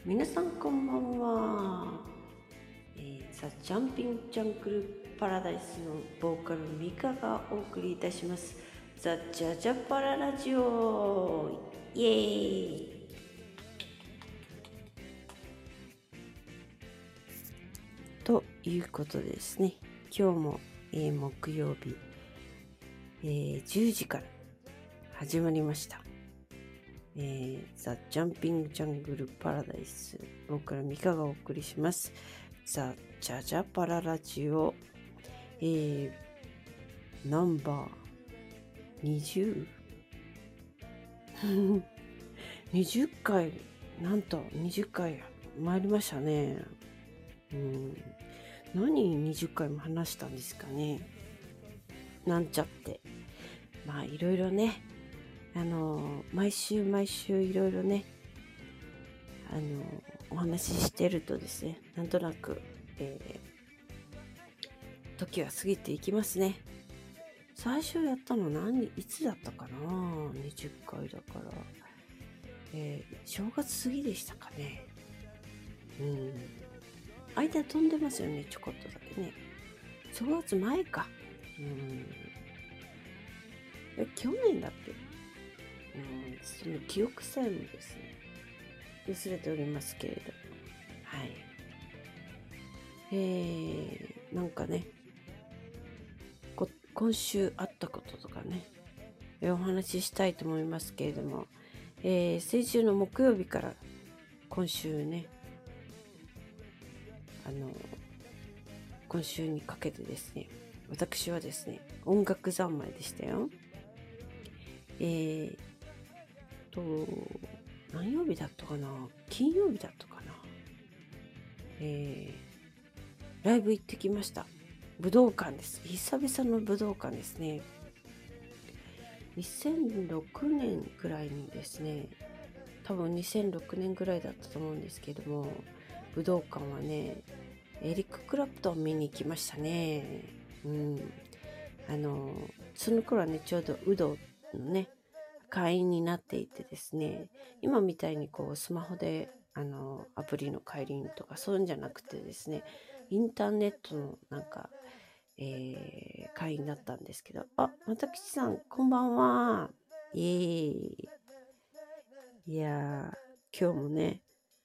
皆さんこんばんは、ザ・ジャンピング・ジャングル・パラダイスのボーカルミカがお送りいたしますザ・ジャジャパララジオイエーイということでですね、今日も、木曜日、10時から始まりましたザ・ジャンピング・ジャングル・パラダイスボーカルミカがお送りしますザ・ジャジャパララジオ、ナンバー 20? 20回なんと20回参りましたね。何20回も話したんですかね。なんちゃってまあいろいろね、毎週いろいろねお話ししてるとですね、なんとなく、時は過ぎていきますね。最初やったのいつだったかな。20回だから、正月過ぎでしたかね。間飛んでますよね、ちょこっとだけね。正月前か。去年だっけ。その記憶さえもですね、薄れておりますけれど、はい。なんかね、今週あったこととかね、お話ししたいと思いますけれども、先週の木曜日から今週ね、今週にかけてですね、私はですね、音楽三昧でしたよ。何曜日だったかな、金曜日だったかな、ライブ行ってきました。武道館です。久々の武道館ですね。2006年くらいにですね、多分2006年ぐらいだったと思うんですけども、武道館はね、エリック・クラプトン見に行きましたね。その頃はね、ちょうどウドのね、会員になっていてですね、今みたいにこうスマホでアプリの会員とかそういうんじゃなくてですね、インターネットのなんか、会員だったんですけど、また吉さんこんばんは。いやー、今日もね、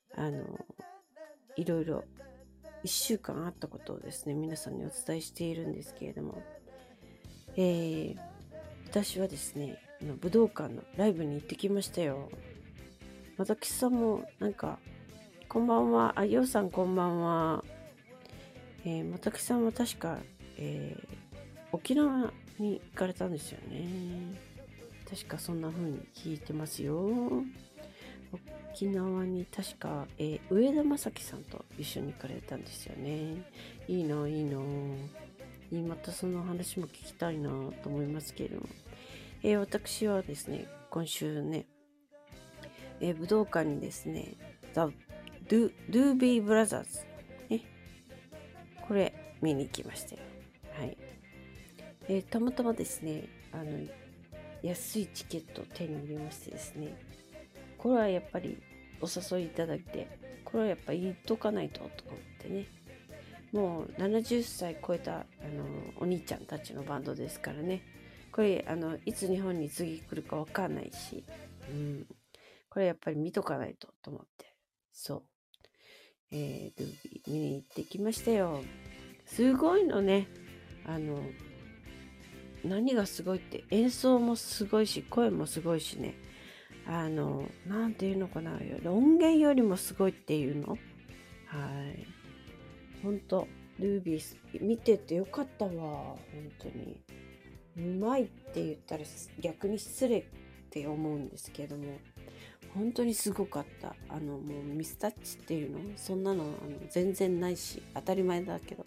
いろいろ1週間あったことをですね、皆さんにお伝えしているんですけれども、私はですね、武道館のライブに行ってきましたよ。私さんもなんか、こんばんは。ようさんこんばんは。私さんは確か、沖縄に行かれたんですよね。確かそんな風に聞いてますよ。沖縄に確か、上田正樹さんと一緒に行かれたんですよね。いいな。またその話も聞きたいなと思いますけれども。私はですね、今週ね、武道館にですね、The Doobie Brothers、ね、これ見に行きましたよ。はい。たまたまですね、安いチケットを手に入れましてですね、これはやっぱりお誘いいただいて、これはやっぱ言っとかないとと思ってね、もう70歳超えたお兄ちゃんたちのバンドですからね、これいつ日本に次来るかわかんないし、これやっぱり見とかないとと思って、そう、ドゥービー見に行ってきましたよ。すごいのね。何がすごいって演奏もすごいし、声もすごいしね。なんていうのかな、音源よりもすごいっていうの。はい。ほんと、ルービー見ててよかったわ。本当に。うまいって言ったら逆に失礼って思うんですけども、本当にすごかった。もうミスタッチっていうのそんなの全然ないし、当たり前だけど。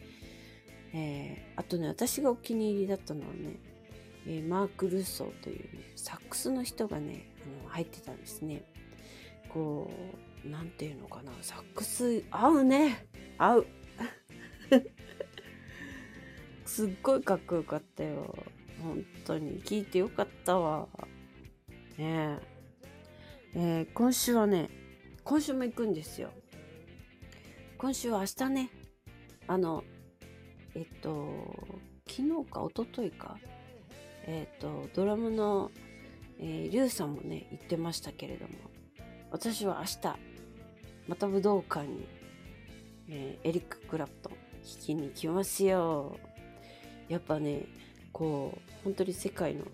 あとね、私がお気に入りだったのはね、マーク・ルッソーという、ね、サックスの人がね、入ってたんですね。こう、なんていうのかな、サックス合うね。合う。すっごいかっこよかったよ。本当に。聞いてよかったわ。ねえ。今週はね、 今週も行くんですよ。今週は明日ね、昨日か一昨日か、ドラムの、リュウさんもね、言ってましたけれども、私は明日、また武道館に、エリック・クラプトン弾きに行きますよ。やっぱね、こう、本当に世界の、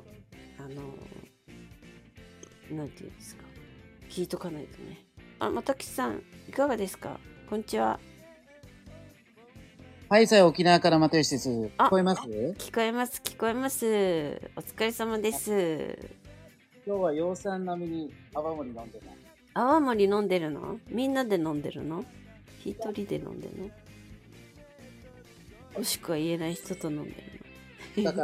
なんていうんですか、聞いとかないとね。またきさん、いかがですか？こんにちは。 はい、沖縄から又吉です。聞こえます？ 聞こえます、聞こえます。お疲れ様です。 今日は養蚕並みに泡盛飲んでます。 泡盛飲んでるの？みんなで飲んでるの？一人で飲んでるの？もしくは言えない人と飲んでるのだから、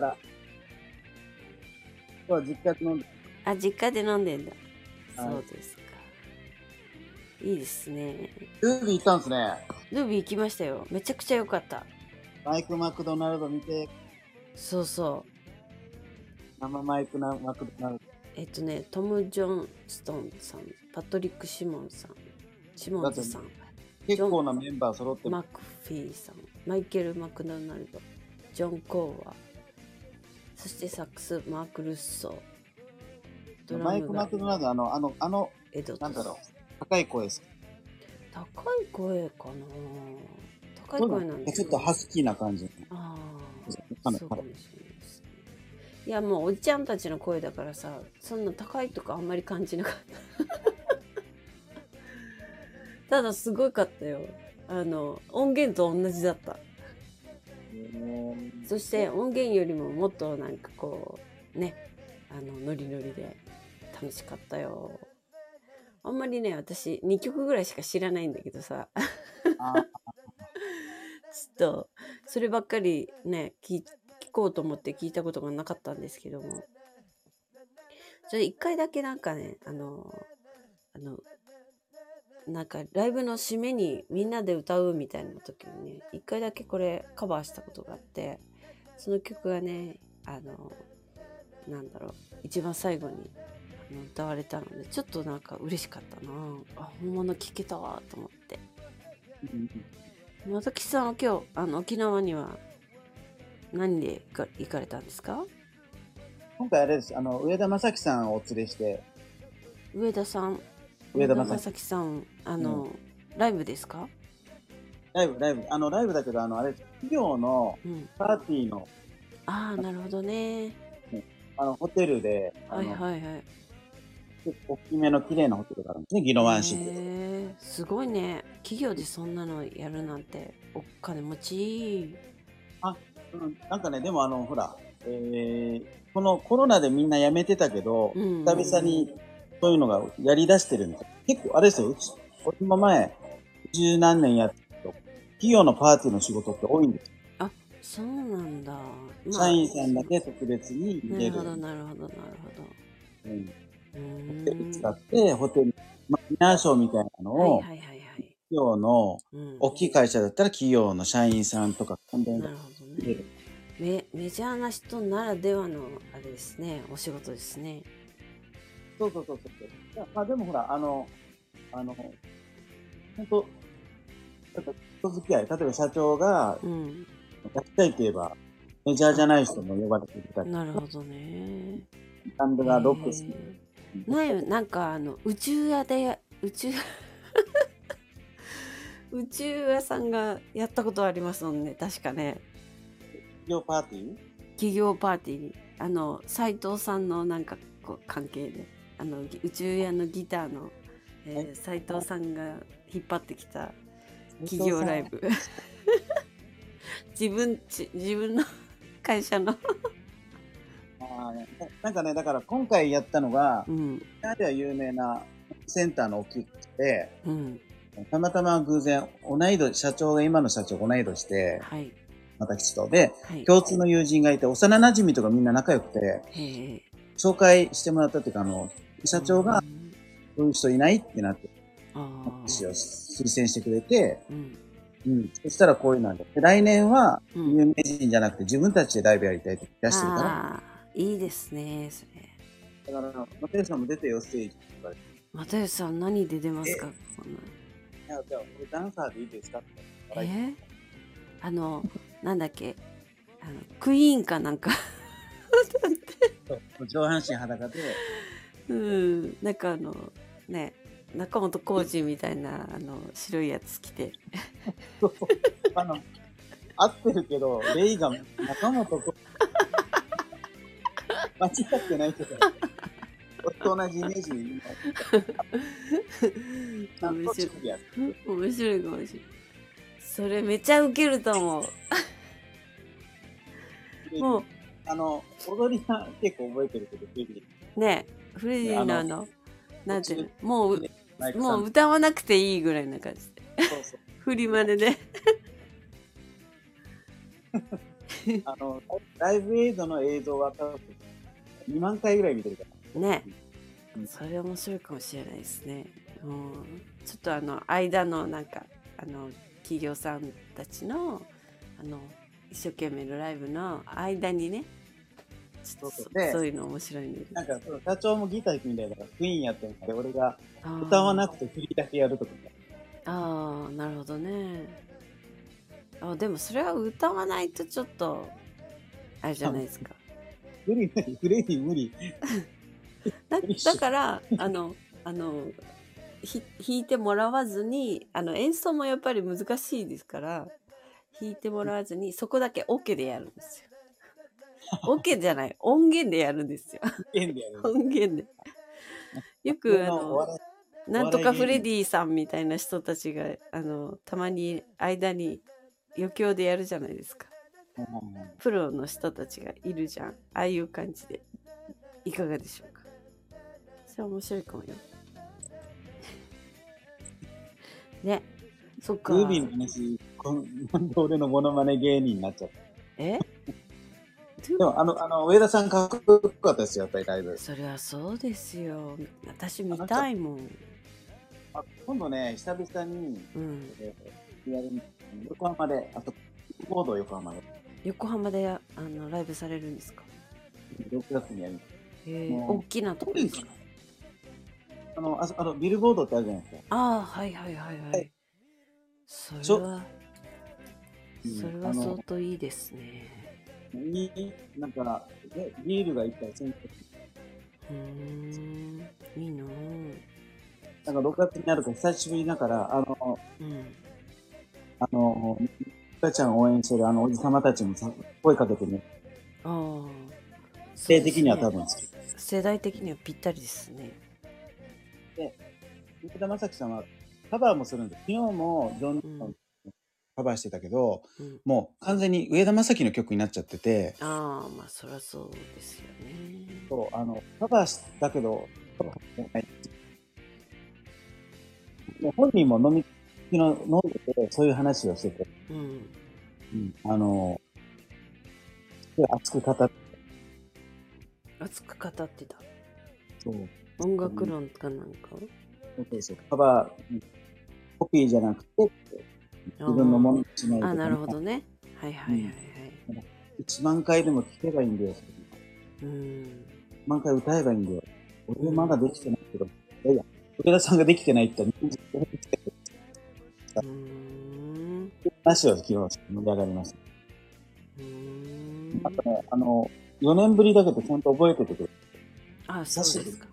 今日は実家で飲んでる。 実家で飲んでんだ。そうですか。いいですね。 ルービー行ったんですね。 ルービー行きましたよ。めちゃくちゃ良かった。 マイク・マクドナルド見て。 そうそう。 生マイク・マクドナルド。 トム・ジョンストンさん、パトリック・シモンズさん、 結構なメンバー揃ってる。 マクフィーさん、マイケル・マクドナルド、ジョン・コーワ、そしてサックス、マーク・ルッソー。マイク・マクドナルド、 エドなんだろう、高い声です。 高い声かな？高い声なんですちょっとハスキーな感じ。 そうかもしれないですね。いや、もうおじちゃんたちの声だからさ、そんな高いとかあんまり感じなかったただすごかったよ。音源と同じだった。そして音源よりももっとなんかこうね、ノリノリで楽しかったよ。あんまりね、私2曲ぐらいしか知らないんだけどさちょっとそればっかりね聞こうと思って聞いたことがなかったんですけども、それ1回だけなんかね、なんかライブの締めにみんなで歌うみたいな時にね、1回だけこれカバーしたことがあって、その曲がね、なんだろう、一番最後に歌われたので、ちょっとなんか嬉しかったな。本物聴けたわと思って。まさきさんは今日沖縄には何で行かれたんですか？ 今回あれです。上田正樹さんをお連れして。 上田正樹さん、ライブですか？ ライブだけど、あれ、企業のパーティーの。 なるほどね。 ホテルで、 はいはいはい。 大きめの綺麗なホテルがあるんですね、宜野湾市で。 すごいね。企業でそんなのやるなんて、お金持ち。 なんかね、でもほら、このコロナでみんな辞めてたけど、久々にそういうのがやり出してるんです。結構、あれですよ、俺も前、十何年やってると、企業のパーティーの仕事って多いんですよ。 そうなんだ。 社員さんだけ特別に入れる。 なるほど。 ホテル使って、ホテル、ディナーショーみたいなのを、企業の、大きい会社だったら企業の社員さんとか、 なるほどね。メジャーな人ならではの、あれですね、お仕事ですね。 そう。でもほら、本当人付き合い、例えば社長が、やりたいと言えば、メジャーじゃない人も呼ばれていたり。 なるほどね。 バンドがロックス。 なんか宇宙屋さんがやったことありますもんね、確かね。 企業パーティーに斉藤さんのなんかこう関係で宇宙屋のギターの斉藤さんが引っ張ってきた企業ライブ自分の会社のなんかね、だから今回やったのが、今では有名なセンターの大きくて、たまたま偶然社長が今の社長同い年で、私とで、共通の友人がいて、幼馴染とかみんな仲良くて、紹介してもらったっていうか、社長が、そういう人いないってなって、私を推薦してくれて、そしたらこういうのなんで、来年は有名人じゃなくて自分たちでライブやりたいって出してるから。 いいですね、それ。 だから、テンさんも出てよ、ステージとか。 又吉さん何で出ますか？こんな。 いや、じゃあ、俺ダンサーでいいですかって。 なんだっけ、クイーンかなんか上半身裸で。 なんかね、中本浩二みたいな白いやつ着て合ってるけど、レイが中本浩二間違ってないけど俺と同じイメージに面白いかもしれない。それめちゃウケると思うもう踊りは結構覚えてるけど、 ねえ、フレディのなんていうの、もう歌わなくていいぐらいな感じで。そうそう。振り真似で。 ライブエイドの映像は多分2万回ぐらい見てるから。 ね。それ面白いかもしれないですね。ちょっと間のなんか、企業さんたちの、一生懸命のライブの間にね、そういうの面白いんで。 なんか、社長もギター弾くみたいだから、クイーンやってるから、俺が歌わなくて振りだけやるとか。 ああ、なるほどね。でもそれは歌わないとちょっと、あれじゃないですか。 フレディ無理。 だから、弾いてもらわずに、演奏もやっぱり難しいですから、弾いてもらわずに、そこだけオケでやるんですよ。オケじゃない、音源でやるんですよ。音源で。よくなんとかフレディさんみたいな人たちがたまに間に余興でやるじゃないですか。プロの人たちがいるじゃん。ああいう感じでいかがでしょうか。それ面白いかもよ。ね。そっか。 グービーの話、なんで俺のモノマネ芸人になっちゃった。でも上田さんかっこよかったですよ、やっぱりライブ。 それはそうですよ。私見たいもん。 今度ね、久々に、横浜で、あと、ボード横浜で。 横浜でライブされるんですか ？6月にやります。 大きなとこですか？ ビルボードってあるじゃないですか。 ああ、はいはいはいはい。それは相当いいですね。 なんか、ビールが一杯1000 円。いいなぁ。 なんか6月になるから久しぶりだから、赤ちゃんを応援してるおじさまたちに声かけてね。 ああ。 世代的には多分好き。 世代的にはぴったりですね。 で、福田正樹さんはカバーもするんです。昨日もジョンカバーしてたけど、もう完全に上田正樹の曲になっちゃってて。 ああ、まあそりゃそうですよね。 そう、カバーしたけど、本人も飲んでて、そういう話をしてて。熱く語って。 熱く語ってた。 そう。 音楽論かなんか？ そう。カバー、コピーじゃなくて、自分のものにしないと。 なるほどね。はいはいはいはい。 1万回でも聴けばいいんだよ。1万回歌えばいいんだよ。俺まだできてないけど、上田さんができてないって話を聞きました。盛り上がりました。あとね、4年ぶりだけどちゃんと覚えててくれる。 あ、そうですか。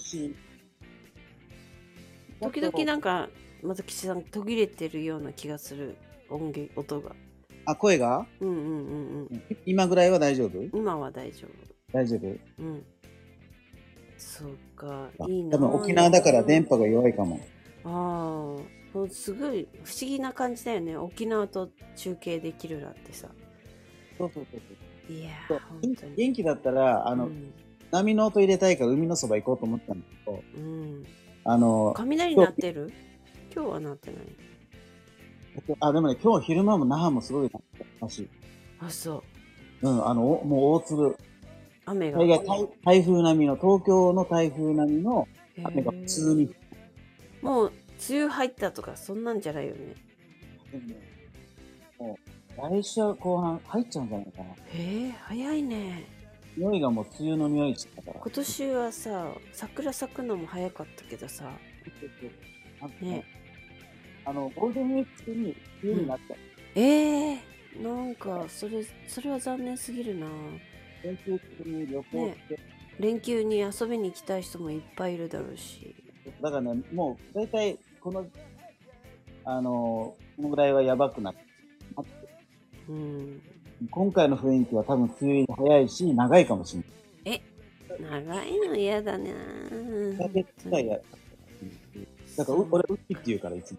時々なんか、まず岸さん途切れてるような気がする。音が。 あ、声が？今ぐらいは大丈夫？ 今は大丈夫。 大丈夫？ そうか、いいな。 多分沖縄だから電波が弱いかも。 すごい不思議な感じだよね。沖縄と中継できるなんてさ。 そう。 いや元気だったら、波の音入れたいから海のそば行こうと思ったんだけど。 雷鳴ってる？今日は鳴ってない。 でもね、今日昼間も那覇もすごいらしい。 あ、そう。 もう大粒。 雨が。 台風並みの、東京の台風並みの雨が普通に。 もう梅雨入ったとか、そんなんじゃないよね。 でもね、もう来週後半入っちゃうんじゃないかな。 早いね。 匂いがもう梅雨の匂いだから。 今年はさ、桜咲くのも早かったけどさ。 ね。ゴールデンウィーク中に冬になった。 なんか、それは残念すぎるな。 連休中に旅行して、 連休に遊びに行きたい人もいっぱいいるだろうし。 だからね、もう大体このぐらいはやばくなって。今回の雰囲気は多分梅雨に早いし、長いかもしれない。 長いの嫌だなぁ。だから、俺、雨季って言うから、いつも。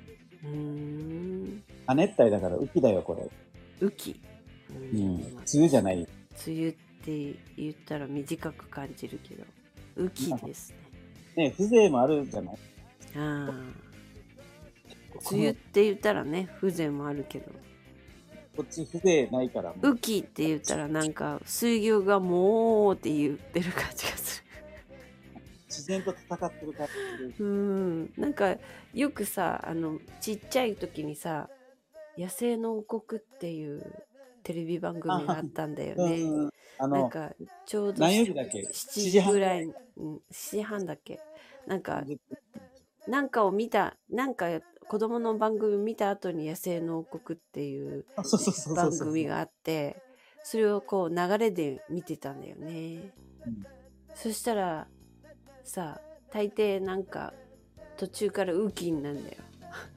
亜熱帯だから、雨季だよ、これ。 雨季。 梅雨じゃない。 梅雨って言ったら短く感じるけど、雨季ですね。風情もあるじゃない。 梅雨って言ったらね、風情もあるけど。 こっち風情ないから。 雨季って言ったらなんか水牛がもうって言ってる感じがする。 自然と戦ってる感じ。 なんかよくさ、ちっちゃい時にさ、野生の王国っていうテレビ番組があったんだよね。なんかちょうど7時ぐらい、7時半だっけ。なんかを見た、なんか子供の番組見た後に野生の王国っていう番組があって、それをこう流れで見てたんだよね。そしたらさ、大抵なんか途中から雨季になるんだよ。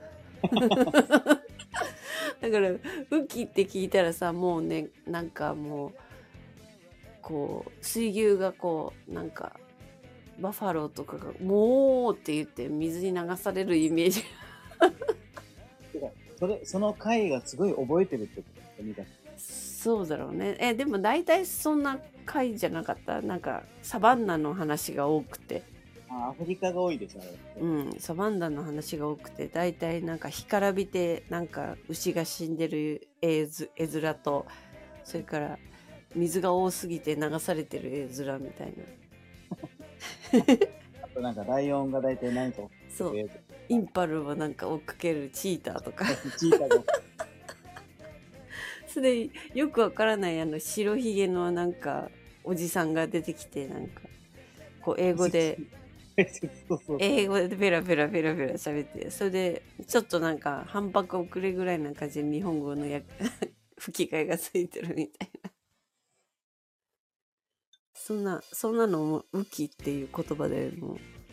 だから雨季って聞いたらさ、もうね、なんかもうこう水牛がこうなんかバファローとかがもうって言って水に流されるイメージ。 その回がすごい覚えてるってこと見た。 そうだろうね。でも大体そんな回じゃなかった。なんかサバンナの話が多くて。 アフリカが多いでしょ。 サバンナの話が多くて、大体なんか干からびてなんか牛が死んでる絵面と、それから水が多すぎて流されてる絵面みたいな。 あとなんかライオンが大体何かそう、インパルをなんか追っかけるチーターとかそれでよくわからない白ひげのなんかおじさんが出てきて、なんかこう英語でベラベラ喋って、それでちょっとなんか反拍遅れぐらいな感じで日本語の吹き替えがついてるみたいな。そんなのも雨季っていう言葉でも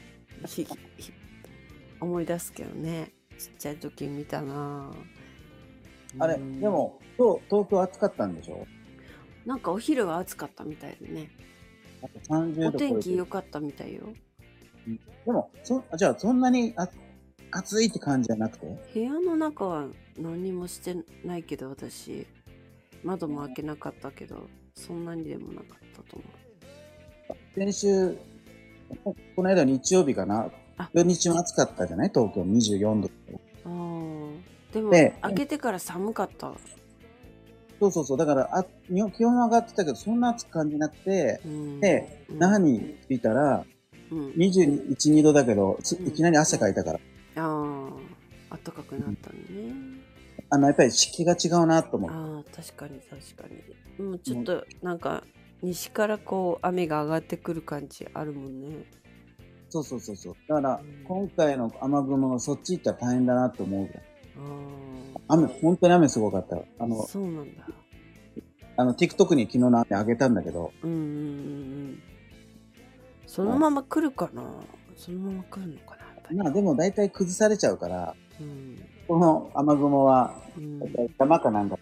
思い出すけどね。ちっちゃい時見たな。 あれ、でも今日東京暑かったんでしょ？ なんかお昼は暑かったみたいでね。お天気良かったみたいよ。 でもじゃあそんなに暑いって感じじゃなくて？ 部屋の中は何もしてないけど、私窓も開けなかったけど、そんなにでもなかったと思う。 先週この間日曜日かな、土日も暑かったじゃない？東京24度。 でも開けてから寒かった。 そうだから気温上がってたけどそんな暑く感じなくて、で那覇に着いたら21、2度だけどいきなり汗かいたから。 暖かくなったのね。 やっぱり湿気が違うなと思う。 確かに。もうちょっとなんか西からこう雨が上がってくる感じあるもんね。 そう。だから今回の雨雲のそっち行ったら大変だなと思うぐらい。本当に雨すごかった。 そうなんだ。 TikTok に昨日の雨上げたんだけど。 そのまま来るかな？そのまま来るのかな？ でも大体崩されちゃうから、この雨雲は、山かなんか、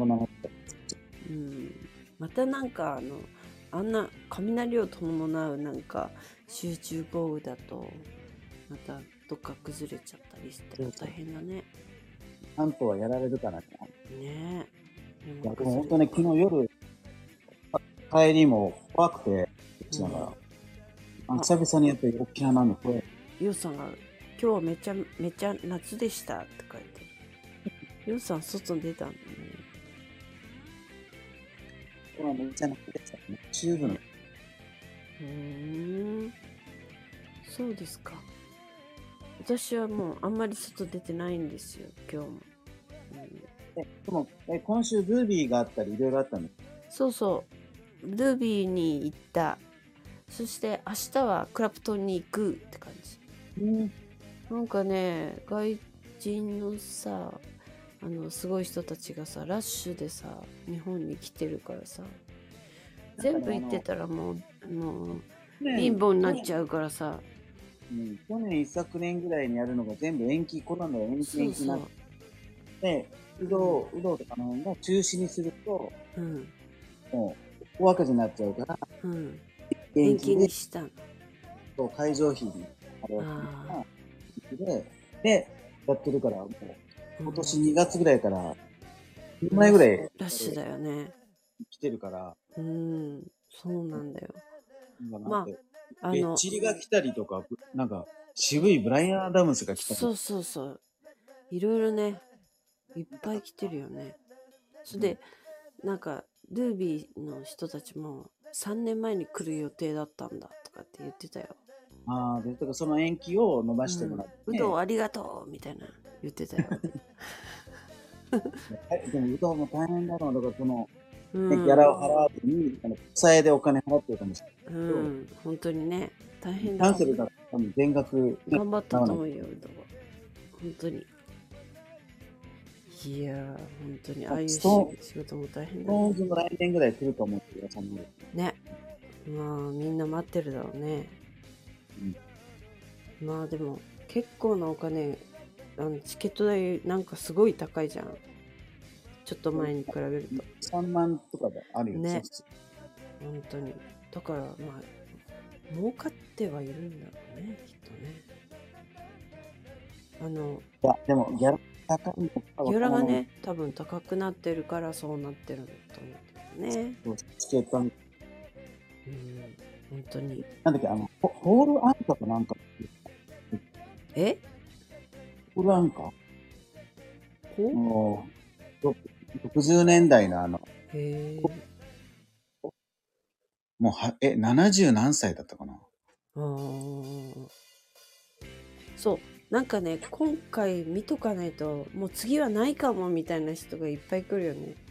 またなんかあんな雷を伴うなんか集中豪雨だと、またどっか崩れちゃったりして大変だね。 関東はやられるかなね。 でも本当ね、昨日夜、帰りも怖くて、久々にやっぱり大きな雨声。 ヨウさんが、今日はめちゃ夏でしたって書いて。ヨウさん外に出たんだね。 今日はめっちゃ夏でしたね。チューブの。 そうですか。私はもうあんまり外出てないんですよ、今日も。 でも今週ブービーがあったりいろいろあったんです。 そう。 ルビーに行った。そして明日はクラプトンに行くって感じ。なんかね、外人のさ、すごい人たちがさ、ラッシュでさ、日本に来てるからさ、全部行ってたらもう貧乏になっちゃうからさ。 去年一昨年ぐらいにやるのが全部延期、コロナで延期になって、うどとかの辺が中止にすると、もう大赤字になっちゃうから、 延期にしたの。 そう、会場費にあれはで、やってるから、もう今年2月ぐらいから、2枚ぐらいラッシュだよね。 来てるから。 そうなんだよ。 まあ、チリが来たりとか、なんか、渋いブライアン・アダムスが来たり。 そう。いろいろね、いっぱい来てるよね。それで、なんか、ルービーの人たちも3年前に来る予定だったんだとかって言ってたよ。 で、だからその延期を伸ばしてもらって。 うどんありがとうみたいな言ってたよ。 でも、うどんも大変だろう。だからその、ギャラを払わずに、国債でお金払ってるかもしれない。 本当にね、大変だ。 キャンセルだったら全額。 頑張ったと思うよ、うどんは。本当に。いやー、本当に、ああいう仕事も大変だね。 も来年ぐらい来ると思ってくださいね。まあ、みんな待ってるだろうね。まあでも、結構なお金、チケット代なんかすごい高いじゃん。ちょっと前に比べると。 3万とかであるよね。本当に。だから、まあ、儲かってはいるんだろうね、きっとね。 いや、でも、ギャラ高いのかギャラがね、多分高くなってるからそうなってるんだと思うんだよね。 チケット本当に。 なんだっけ、ホールアンカとなんか。ホールアンカもう、60年代のもう70何歳だったかな。 そう。なんかね、今回見とかないと、もう次はないかもみたいな人がいっぱい来るよね。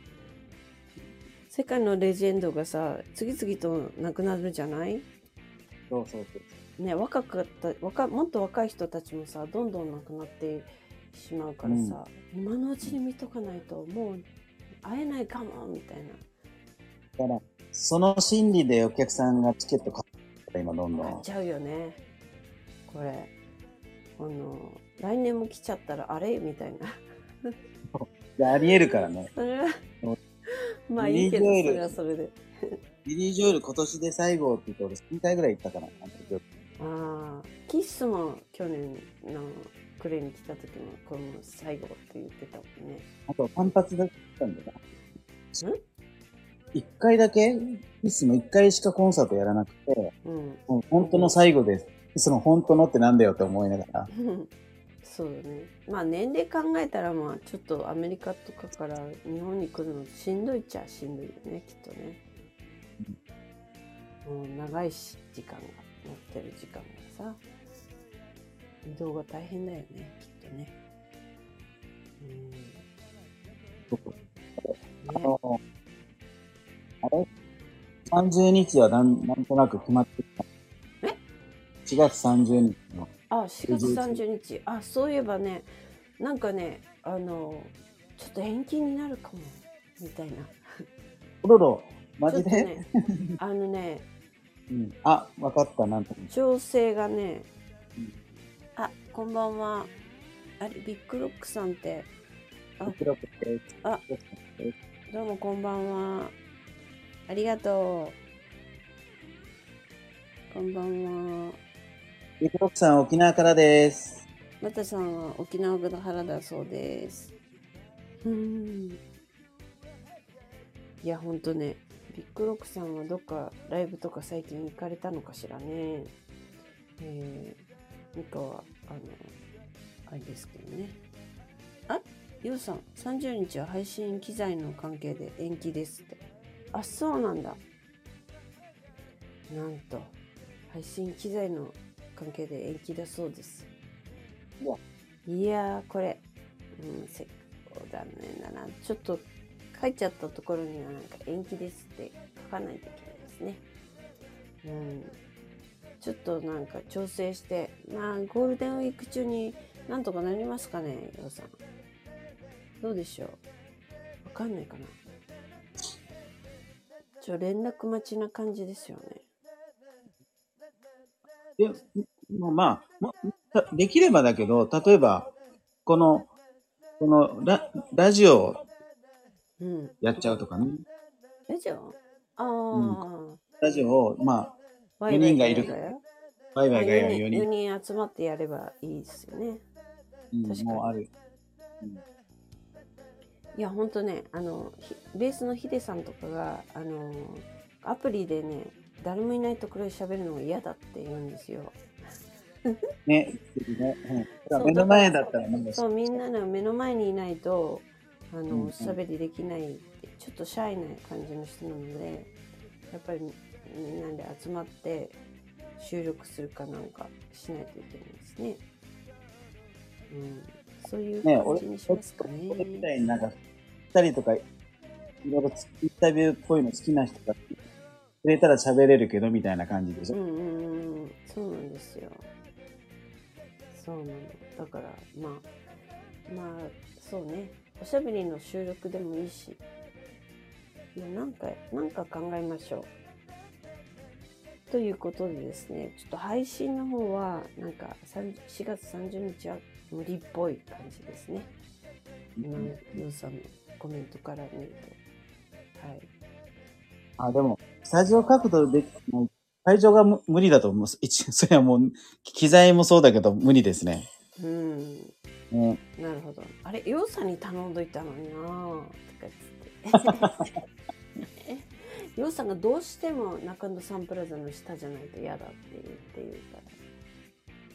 世界のレジェンドがさ、次々と亡くなるじゃない？ そう。 ね、もっと若い人たちもさ、どんどん亡くなってしまうからさ、今のうちに見とかないと、もう会えないかもみたいな。 だから、その心理でお客さんがチケット買って今どんどん。 買っちゃうよね。これ。来年も来ちゃったらあれみたいな。ありえるからね。 それはまあいいけど、それはそれで。 ビリー・ジョエル今年で最後って言って俺3回ぐらい行ったかな。 キッスも去年の暮れに来た時もこれも最後って言ってたもんね。 あと単発だったんだな。1回だけキッスも1回しかコンサートやらなくて、もう本当の最後です。その本当のってなんだよって思いながら。 そうだね。まあ年齢考えたらまあちょっとアメリカとかから日本に来るのしんどいっちゃしんどいよね、きっとね。もう長いし時間が乗ってる時間がさ、移動が大変だよね、きっとね。 あれ ?30 日はなんとなく決まってた。4月30日の。 4月30日。そういえばね、なんかね、ちょっと延期になるかも、みたいな。 マジでね、 わかった、なんとか。 調整がね、こんばんは。ビッグロックさんって。どうもこんばんは。ありがとう。こんばんは。 ビッグロックさん、沖縄からです。 またさんは沖縄からだそうです。いや、ほんとね、ビッグロックさんはどっかライブとか最近行かれたのかしらね。ミカは、あれですけどね。ヨウさん、30日は配信機材の関係で延期ですって。そうなんだ。なんと、配信機材の関係で延期だそうです。いやー、これ、そうだね。ちょっと書いちゃったところにはなんか延期ですってかないといけないですね。ちょっとなんか調整して、まあゴールデンウィーク中になんとかなりますかね、ようさん。どうでしょう。わかんないかな。連絡待ちな感じですよね。 まあ、できればだけど、例えば、このラジオやっちゃうとかね。 ラジオラジオを、まあ、4人がいる。 ワイワイが4人。4人集まってやればいいですよね。確かに。もうある。いや、ほんとね、ベースのヒデさんとかが、アプリでね、誰もいないところで喋るのが嫌だって言うんですよ。ね、目の前だったらそう、みんなの目の前にいないと、喋りできないって、ちょっとシャイな感じの人なので、やっぱりみんなで集まって収録するかなんかしないといけないですね。そういう感じにしますかね。俺みたいになんか、2人とか、いろいろインタビューっぽいの好きな人がくれたら喋れるけどみたいな感じでしょ。そうなんですよ。そうなの。だから、まあ、そうね。おしゃべりの収録でもいいし、なんか考えましょう。ということでですね、ちょっと配信の方は、なんか4月30日は無理っぽい感じですね。ヨウさんのコメントから見ると。はい。でも、スタジオ角度で、会場が無理だと思う。それはもう、機材もそうだけど無理ですね。なるほど。あれ、ヨウさんに頼んどいたのになぁ、とか言って。ヨウさんがどうしても中野サンプラザの下じゃないと嫌だって言うから。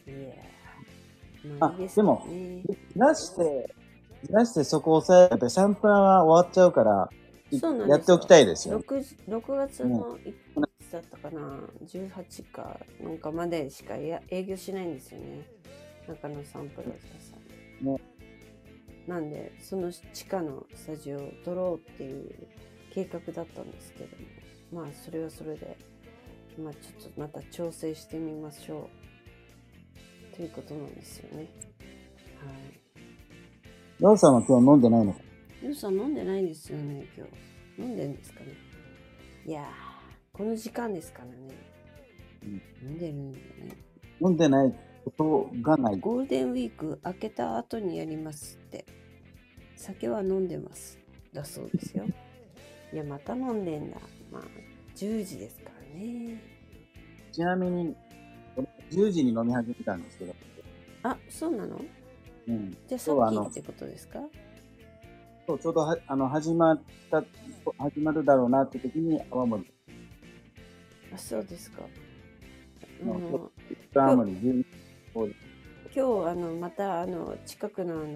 いや、まあいいですね。でも、ずらしてそこを抑えて、サンプラは終わっちゃうから、やっておきたいですよ。6月のいつだったかな、18かなんかまでしか営業しないんですよね。中野サンプラザさん。ね、なんで、その地下のスタジオを取ろうっていう計画だったんですけども、まあそれはそれで、まあちょっとまた調整してみましょうということなんですよね。はい。ヨウさんは今日飲んでないのか？ヨウさん飲んでないですよね、今日。飲んでるんですかね。いやー、この時間ですからね。飲んでるんだね。飲んでないことがない。ゴールデンウィーク明けた後にやりますって。酒は飲んでます。だそうですよ。いや、また飲んでんだ。まあ、10時ですからね。ちなみに、10時に飲み始めたんですけど。あ、そうなの？じゃあさっきってことですか？そう、ちょうど始まるだろうなって時に泡盛。あ、そうですか。今日また近くの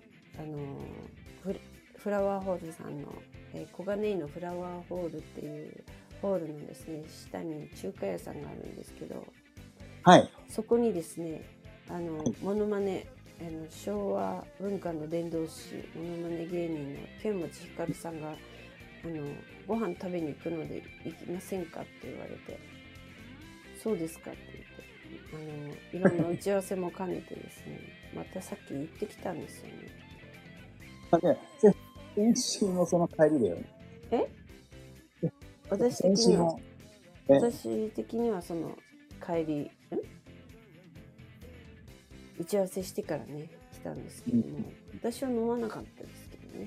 フラワーホールさんの、小金井のフラワーホールっていうホールのですね、下に中華屋さんがあるんですけど、はい、そこにですね、モノマネ、昭和文化の伝道師モノマネ芸人の剣持ひかるさんがご飯食べに行くので行きませんかって言われて、そうですかって言って、いろんな打ち合わせも兼ねてですね、またさっき行ってきたんですよね。先週もその帰りだよね。私的にはその帰り、打ち合わせしてからね、来たんですけども、私は飲まなかったですけどね。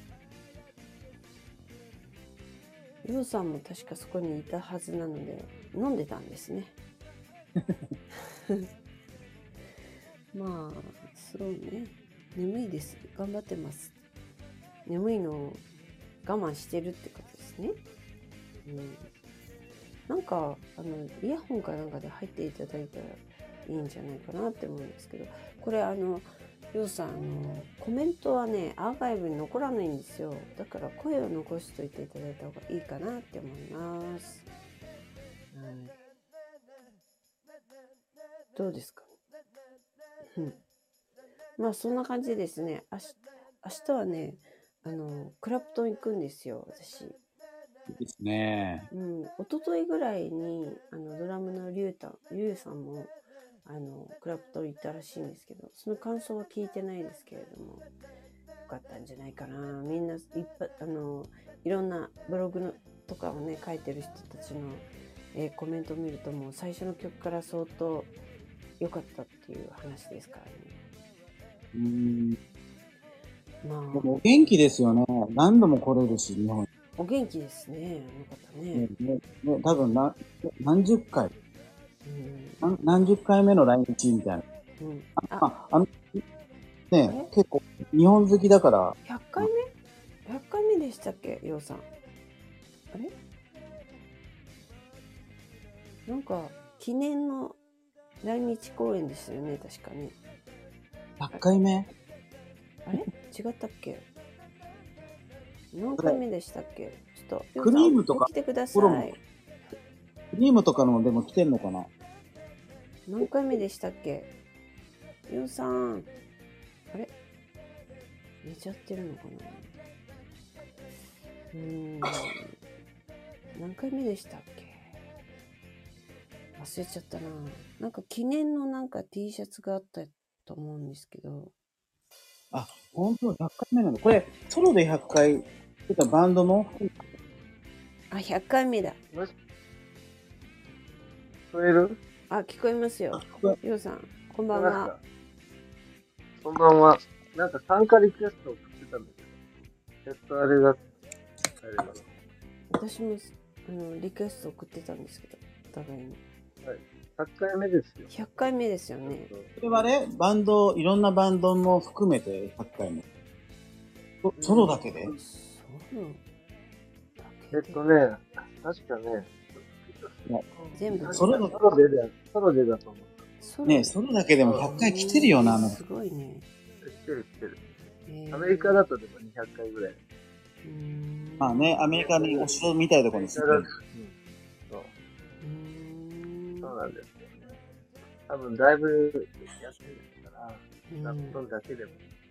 ヨウさんも確かそこにいたはずなので、飲んでたんですね。まあ、そうね。眠いです。頑張ってます。眠いのを我慢してるってことですね。なんか、イヤホンかなんかで入っていただいたらいいんじゃないかなって思うんですけど、これヨウさん、コメントはね、アーカイブに残らないんですよ。だから声を残しといていただいた方がいいかなって思います。どうですか？まあそんな感じですね。明日はね、クラプトン行くんですよ、私。 ですね。 うん。一昨日ぐらいに、ドラムのリュウさんも、クラプトン行ったらしいんですけど、その感想は聞いてないですけれども、よかったんじゃないかな。みんな、いろんなブログのとかをね、書いてる人たちの、コメントを見ると、もう最初の曲から相当良かったっていう話ですからね。 まあ。でも元気ですよね。何度も来れるし、日本。 お元気ですね。よかったね。 多分何十回、何十回目の来日みたいな。ね、結構、日本好きだから。 100回目 ?100 回目でしたっけ、ようさん。あれなんか、記念の来日公演ですよね、確かに。 100回目あれ違ったっけ何回目でしたっけちょっと、 クリームとか来てください。 クリームとかのでも来てんのかな何回目でしたっけようさん。あれ寝ちゃってるのかな何回目でしたっけ忘れちゃったな。なんか記念のなんか T シャツがあったと思うんですけど。 あ、本当だ、100回目なの。これ、ソロで100回、てかバンドのあ、100回目だ。 聞こえる？ あ、聞こえますよ。ようさん、こんばんは。 こんばんは。なんか参加リクエストを送ってたんだけど、やっとあれだ。 私もリクエスト送ってたんですけど、お互いに。 はい。100回目ですよ。 100回目ですよね。 これはね、バンド、いろんなバンドも含めて100回目。ソロだけで？ ソロ確かね、 全部ソロでだと思う。ね、ソロだけでも100回来てるよな、 すごいね。 来てる。アメリカだとでも200回ぐらい。 まあね、アメリカにお城みたいなところに住んでる。 そうなんですよね。多分だいぶやってるから、クラプトンだけでも。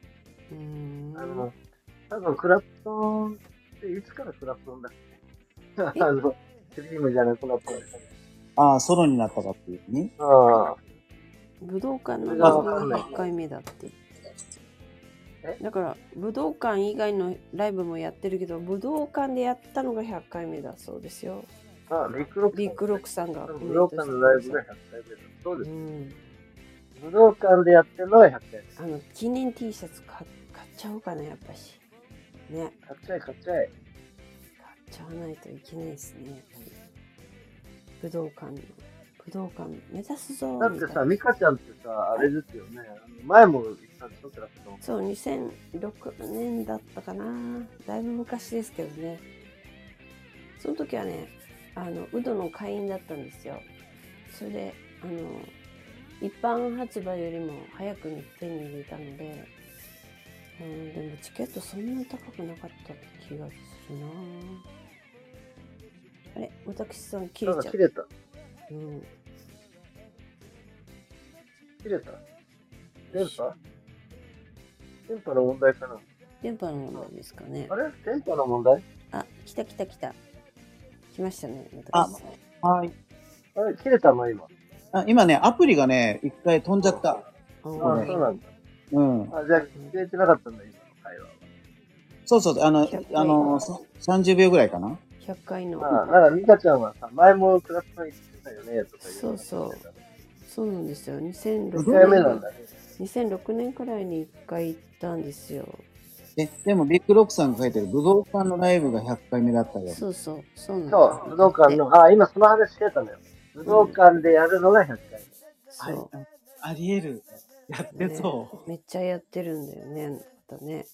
多分クラプトンっていつからクラプトンだっけクリームじゃなくなった。 ああ、ソロになったかっていうね。 ああ。 武道館のライブが100回目だって。だから、武道館以外のライブもやってるけど、武道館でやったのが100回目だそうですよ。 ああ、ビッグロックさんが。 武道館のライブが100回目だ。そうです。武道館でやってるのが100回です。 記念 T シャツ買っちゃおうかな、やっぱし。ね。 買っちゃえ。 買っちゃわないといけないですね、やっぱり。武道館目指すぞ。 だってさ、ミカちゃんってさ、あれですよね。前も言ったんでしょ、クラプトン。 そう、2006年だったかな。だいぶ昔ですけどね。その時はね、ウドの会員だったんですよ。それで、一般発売よりも早くに手に入れたので、でもチケットそんなに高くなかった気がするな。あれ、私さん切れちゃった。 切れた。切れた。電波の問題かな。 電波の問題ですかね。 あれ電波の問題？ あ、来た。来ましたね。 はい。 あれ、切れたの今。 今ね、アプリがね、一回飛んじゃった。 あ、そうなんだ。 あ、 じゃあ、切れてなかったんだ、今の会話は。 そう、30秒ぐらいかな。 100回の。 だからミカちゃんはさ、前もクラプトン行ってたよね、とか言う。 そうなんですよ。2006年くらいに1回行ったんですよ。 でもビッグロックさんが書いてる武道館のライブが100回目だったよ。 そうなんです。 そう、武道館の、今その話してたのよ。武道館でやるのが100回目。 そう。 あり得る。やってそう。 めっちゃやってるんだよね、またね。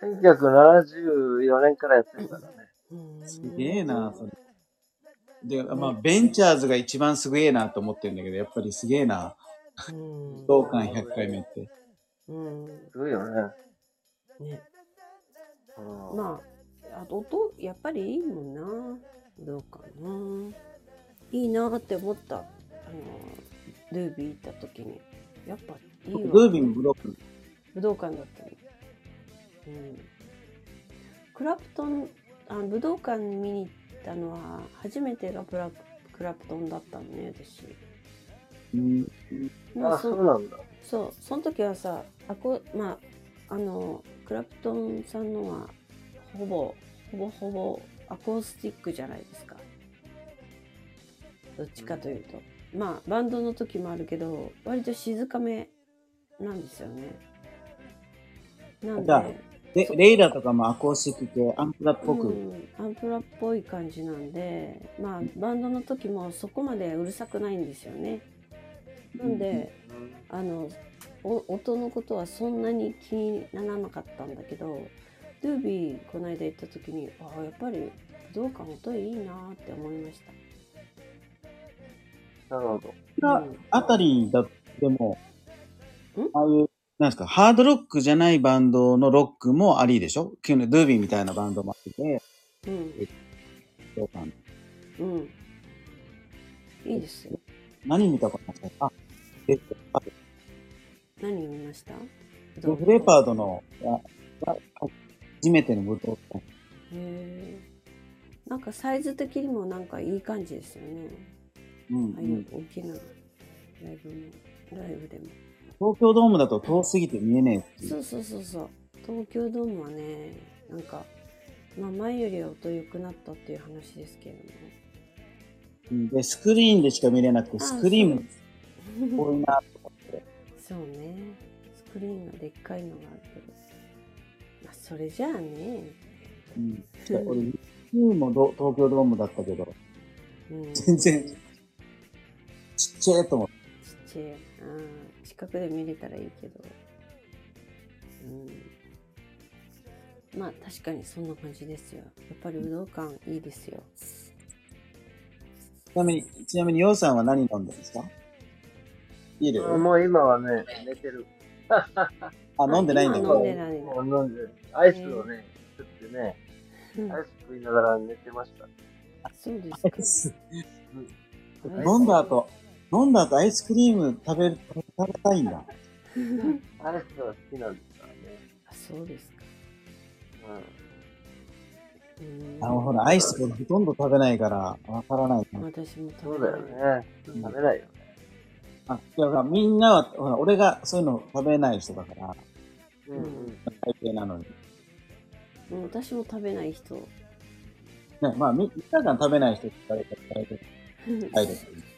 1974年からやってるからね。 すげえな、それ。で、まあ、ベンチャーズが一番すげえなと思ってるんだけど、やっぱりすげえな。武道館100回目って。 すごいよね。 ね。まあ、やっぱりいいもんな。武道館な。いいなって思った。ルービー行った時に。やっぱいいわ。 ルービーの武道館だったり。クラプトン、武道館見に行ったのは、初めてがクラプトンだったのね、私。 そうなんだ。 そう、その時はさ、まあ、クラプトンさんのは、ほぼアコースティックじゃないですか。どっちかというと。まあ、バンドの時もあるけど、割と静かめなんですよね。なんで、レイラとかもアコースティック系、アンプラっぽく、 アンプラっぽい感じなんで、まあ、バンドの時もそこまでうるさくないんですよね。なんで、音のことはそんなに気にならなかったんだけど、ドゥービーこの間行った時に、やっぱり武道館音いいなって思いました。 なるほど。 あたりだでも、ああいう、なんですか、ハードロックじゃないバンドのロックもありでしょ？ドゥービーみたいなバンドもあって、 いいですよ。 何見たかな？ 何見ました？ デフレパードの初めての武道館。 なんかサイズ的にもなんかいい感じですよね。ああいう大きなライブでも。 東京ドームだと遠すぎて見えねえ。 そう。東京ドームはね、なんか、まあ前よりは音良くなったっていう話ですけれども。で、スクリーンでしか見れなくて、スクリーン多いなと思って。 そうね。スクリーンがでっかいのがあるけど。まあ、それじゃあね。 俺、も東京ドームだったけど、全然、ちっちゃいと思って。 ちっちゃい。近くで見れたらいいけど。まあ確かにそんな感じですよ。やっぱり武道館いいですよ。 ちなみに、ようさんは何飲んでるんですか？ビール？ もう今はね、寝てる。 飲んでないんだけど。 飲んでない。 飲んで、アイスをね、作ってね、アイス食いながら寝てました。 そうですか。 飲んだ後アイスクリーム食べたいんだ。 アイスは好きなんですからね。 そうですか。 ほら、アイスほとんど食べないから、わからない。 私もそうだよね。食べないよね。 いや、みんなは、ほら、俺がそういうの食べない人だから。最低なのに。 私も食べない人。 ね、まあ、みんなが食べない人って誰か大丈夫。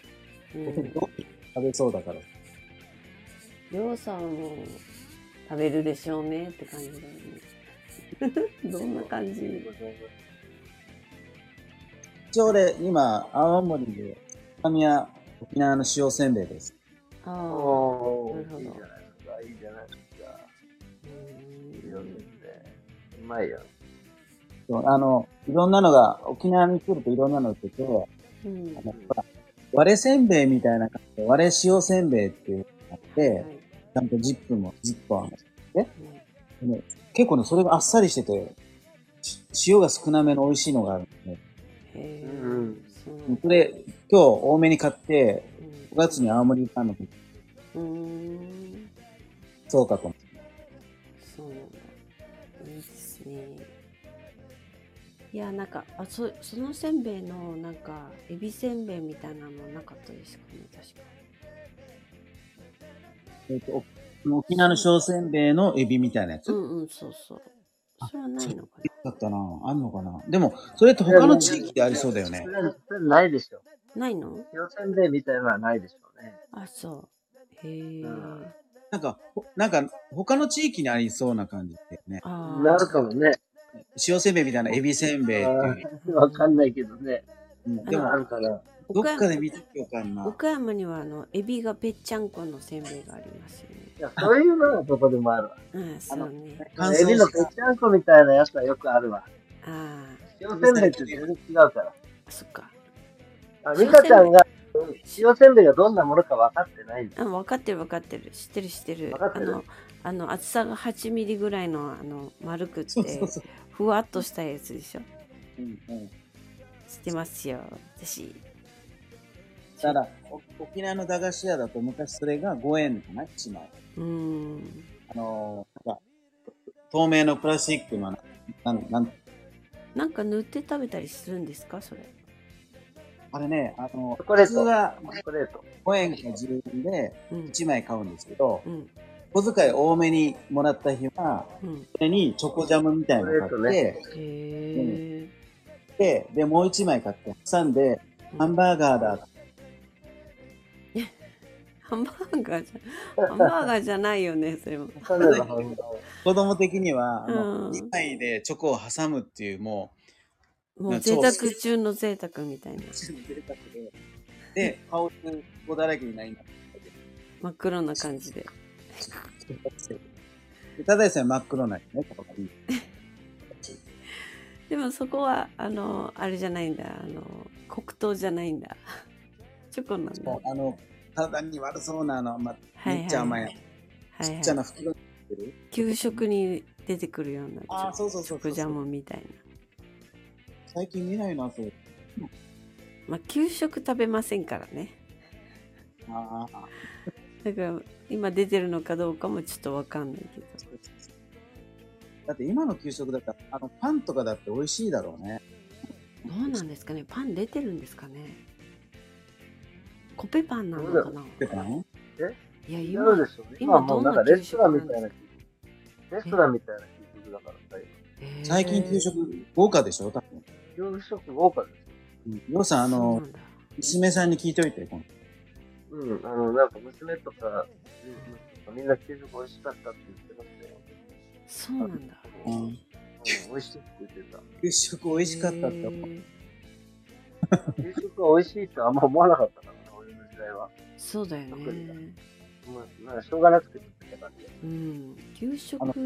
食べそうだから。 りょうさんも食べるでしょうねって感じだよね。どんな感じ？ 一応俺、今、青森で、沖縄の塩せんべいです。 なるほど。いいじゃないですか。いいじゃないですか。うまいよ。 いろんなのが、沖縄に来るといろんなの売ってて、割れせんべいみたいな感じで、割れ塩せんべいっていうのがあって、ちゃんとジップもあるんですね。結構ね、それがあっさりしてて、塩が少なめの美味しいのがあるんで、それ、今日多めに買って、5月に青森行ったので、そうかと思って。 そうなんだ。いいですね。いや、なんか、そのせんべいの、なんか、エビせんべいみたいなのなかったですかね、確か。 沖縄の小せんべいのエビみたいなやつ？ そう。それはないのかな？ だったな。あんのかな？でも、それって他の地域でありそうだよね。 それないでしょ。 ないの？ 塩せんべいみたいなのはないでしょうね。 そう。へえ。 なんか、他の地域にありそうな感じだよね。 なるかもね。 塩せんべいみたいなエビせんべいっていう。 わかんないけどね。 でもあるから、どっかで見てみようかな。 岡山にはエビがぺっちゃんこのせんべいがありますよね。 いや、そういうのはどこでもあるわ。 そうね。 エビのぺっちゃんこみたいなやつはよくあるわ。塩せんべいって全然違うから。 そっか。 ミカちゃんが塩せんべいがどんなものか分かってないんだ。 分かってる。知ってる。厚さが8ミリぐらいの丸くってふわっとしたやつでしょ。知ってますよ、私。 だから沖縄の駄菓子屋だと昔それが5円かな、1枚。なんか透明のプラスチックのなんか塗って食べたりするんですか、それ。 あれね、 チョコレート。 普通はチョコレート。 5円か10円で1枚買うんですけど、 うん、 小遣い多めにもらった日は、それにチョコジャムみたいなの買って、で、もう1枚買って挟んで、ハンバーガーだ。 ハンバーガーじゃないよね、それも。 子供的には、2枚でチョコを挟むっていう、もう贅沢中の贅沢みたいな。 で、顔チコだらけになります。 真っ黒な感じで。 ただでさえ真っ黒なんね、 でもそこは、あれじゃないんだ。黒糖じゃないんだ。チョコなんだ。 体に悪そうなめっちゃ甘い。ちっちゃな袋に入ってる。 給食に出てくるような。 そう。 チョコジャムみたいな。 最近見ないな、それ。 給食食べませんからね。だから今出てるのかどうかもちょっとわかんないけど。 だって今の給食だったらパンとかだって美味しいだろうね。 どうなんですかね。パン出てるんですかね。コペパンなのかな。 コペパン？ いや今もうなんかレストランみたいな給食だからさ。 最近給食豪華でしょ、多分。 給食豪華です。 ようさん娘さんに聞いといて。 なんか娘とかみんな給食美味しかったって言ってましたよ。 そうなんだ。 美味しいって言ってた。 給食美味しかったって思う。 給食は美味しいってあんま思わなかったからな、俺の時代は。 そうだよね。 しょうがなくてって感じ。給食って。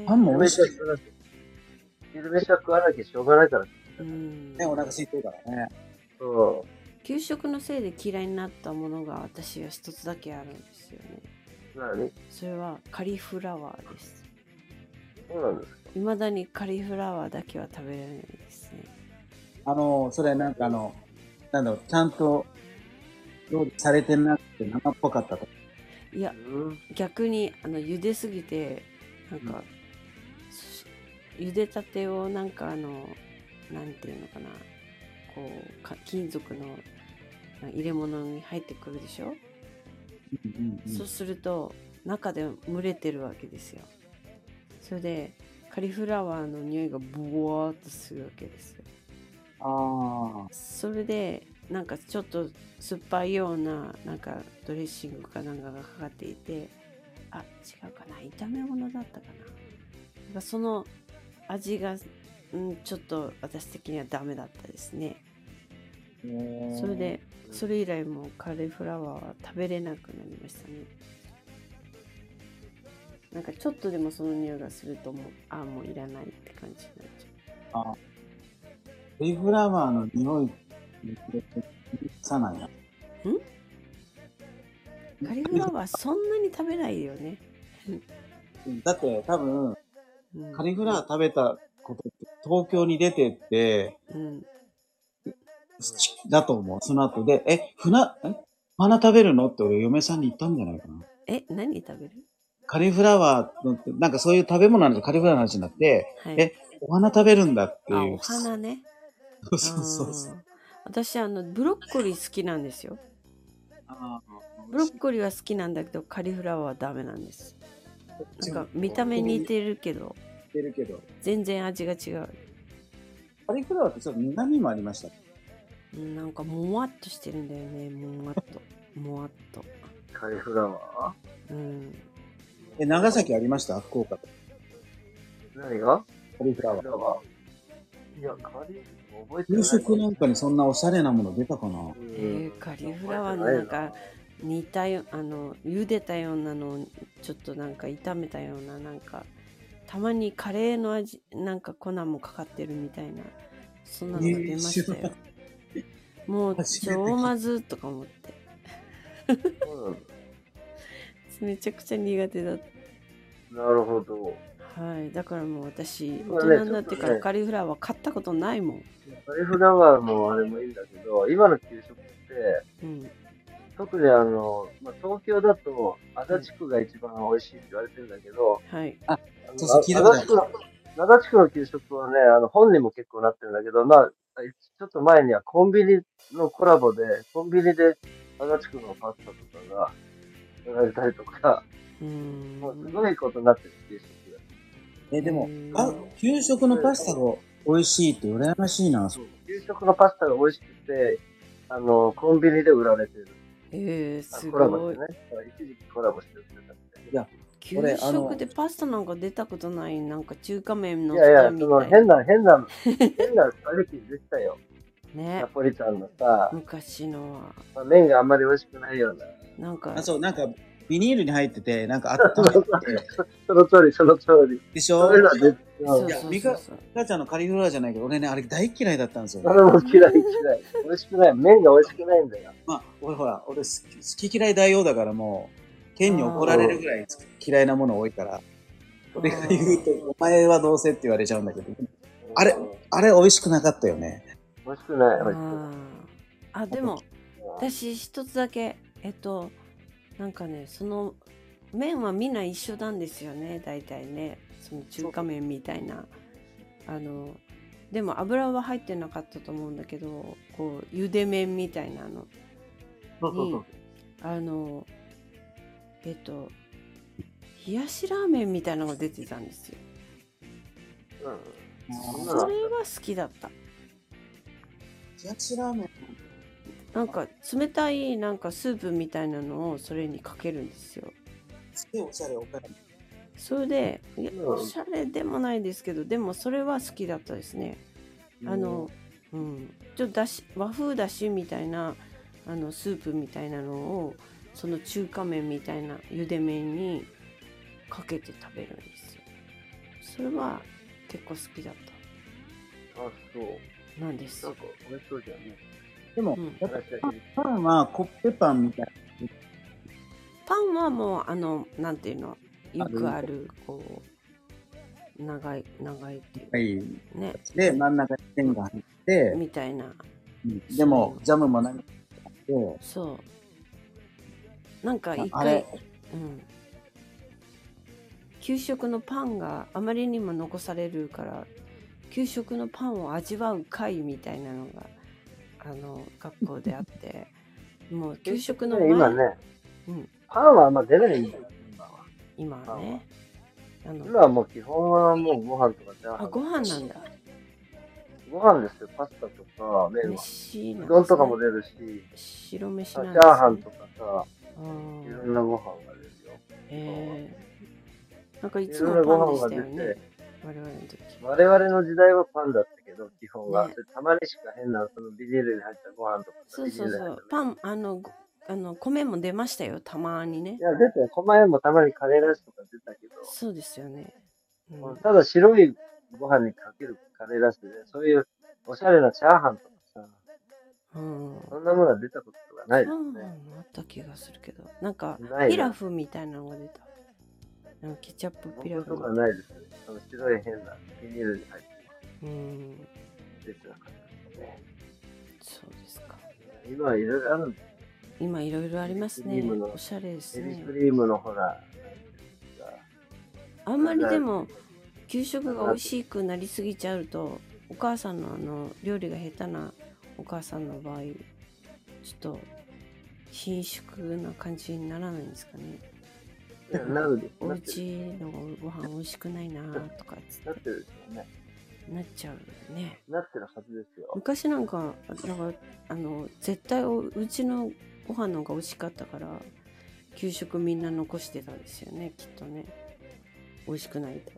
パンも美味しい。 昼飯は食わなきゃしょうがないから。 ね、お腹空いてるからね。 そう。 給食のせいで嫌いになったものが私は一つだけあるんですよね。 何？ それはカリフラワーです。 そうなんですか？ 未だにカリフラワーだけは食べられないですね。 それなんかなんだろう、ちゃんと料理されてなくて生っぽかったと。 いや、逆に茹ですぎてなんか、茹でたてをなんかなんていうのかな、こう金属の入れ物に入ってくるでしょ。そうすると中で蒸れてるわけですよ。それでカリフラワーの匂いがボワーっとするわけですよ。それでなんかちょっと酸っぱいようななんかドレッシングかなんかがかかっていて、違うかな、炒め物だったかな。その味が、ちょっと私的にはダメだったですね。それでそれ以来もうカリフラワーは食べれなくなりましたね。なんかちょっとでもその匂いがするともういらないって感じになっちゃう。 カリフラワーの匂いさないな。 カリフラワーそんなに食べないよね。 だって多分、カリフラワー食べたことって東京に出てって、だと思う。その後で、花食べるのって俺嫁さんに言ったんじゃないかな。 何食べる？ カリフラワーの、なんかそういう食べ物なんですよ。カリフラワーの話じゃなくて、お花食べるんだっていう。 お花ね。 そう。 私ブロッコリー好きなんですよ。ブロッコリーは好きなんだけどカリフラワーはダメなんです。なんか見た目似てるけど全然味が違う。 カリフラワーってちょっと苦味もありました。 なんかもわっとしてるんだよね。もわっと。 カリフラワー？長崎ありました？福岡。 何が？ カリフラワー。 いや、カリ覚えてない。給食なんかにそんなおしゃれなもの出たかな？ カリフラワーのなんか煮たよ、茹でたようなのをちょっとなんか炒めたような、なんかたまにカレーの味、なんか粉もかかってるみたいな、そんなのが出ましたよ。もう超まずとか思ってめちゃくちゃ苦手だった。 なるほど。 はい、だからもう私大人になってからカリフラワー買ったことないもん。 カリフラワーもあれもいいんだけど、今の給食って、特に東京だと足立区が一番美味しいって言われてるんだけど、 そう聞いたことある。 長地区の給食はね、本にも結構なってるんだけど、まあ、ちょっと前にはコンビニのコラボで、コンビニで長地区のパスタとかが売られたりとか、もうすごいことになってる、給食でも、給食のパスタが美味しいって羨ましいな。 給食のパスタが美味しくて、コンビニで売られてる。 すごい。 コラボしてね。一時期コラボしてるってたみたい。 いや、給食でパスタなんか出たことない。なんか中華麺のいやいや、その変なスパゲティ出てたよ。 ね。 ナポリタンのさ。 昔のは。 麺があんまり美味しくないような。 なんか。 そう、なんか、ビニールに入ってて、なんか温めて。 その通り、その通り。 でしょ？ そう。 ミカちゃんのカリフラワーじゃないけど、俺ね、あれ大嫌いだったんですよ、ね。 あれも嫌い。美味しくない。麺が美味しくないんだよ。 まあ、俺ほら、俺好き嫌い大王だからもう、県に怒られるぐらい嫌いなもの多いから、俺が言うと、お前はどうせって言われちゃうんだけど、あれ美味しくなかったよね。 美味しくない。 でも、私一つだけ、なんかね、その麺はみんな一緒なんですよね、大体ね。その中華麺みたいな。でも油は入ってなかったと思うんだけど、こう、茹で麺みたいなのに、冷やしラーメンみたいなのが出てたんですよ。それは好きだった。冷やしラーメンなんか冷たいなんかスープみたいなのをそれにかけるんですよ。 すげえおしゃれおかしい。 それでおしゃれでもないですけど、でもそれは好きだったですね。ちょっと和風だしみたいなスープみたいなのをその中華麺みたいな茹で麺にかけて食べるんですよ。それは結構好きだった。 そうなんです。 なんか美味しそうじゃんね。 でも、パンはコッペパンみたいな。 パンはもうなんていうの、よくあるこう長いっていうね。で真ん中に線が入ってみたいな。 でもジャムも何かで。 そう。なんか一回給食のパンがあまりにも残されるから、給食のパンを味わう会みたいなのが学校であって、もう給食の前今ね、パンはあんま出ないんだよ、 今はね。 今はもう基本はもうご飯とかじゃご飯なんだ。 ご飯ですよ、パスタとか麺は。うどんとかも出るし、 白飯なんです、ね。チャーハンとかさ、いろんなご飯が出るよ。 なんかいつもパンでしたよね。 我々の時代はパンだったけど、基本は。たまにしか変な、そのビニールに入ったご飯とか。 そう。パン、米も出ましたよ、たまにね。 いや、出て、米もたまにカレーライスとか出たけど。 そうですよね。 ただ白いご飯にかけるカレーライスで、そういうおしゃれなチャーハンとかさ、そんなものは出たことがないですね。 あった気がするけど、なんかピラフみたいなのが出た。ケチャップピラフとかないですね。白い変なビニールに入って出てなかったですね。 そうですか。 今はいろいろあるんです。 今いろいろありますね。おしゃれですね。 エビクリームのほら。 あんまりでも給食が美味しくなりすぎちゃうと、お母さんの料理が下手なお母さんの場合、ちょっと貧縮な感じにならないんですかね。お家のご飯美味しくないなとかなってるよね。 なっちゃうね。 なってるはずですよ。 昔なんか絶対うちのご飯の方が美味しかったから、給食みんな残してたんですよね、きっとね。美味しくないと。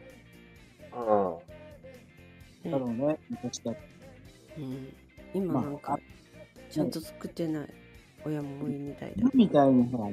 だろうね、昔だ。 今なんかちゃんと作ってない親も多いみたいだ。 みたいにほら、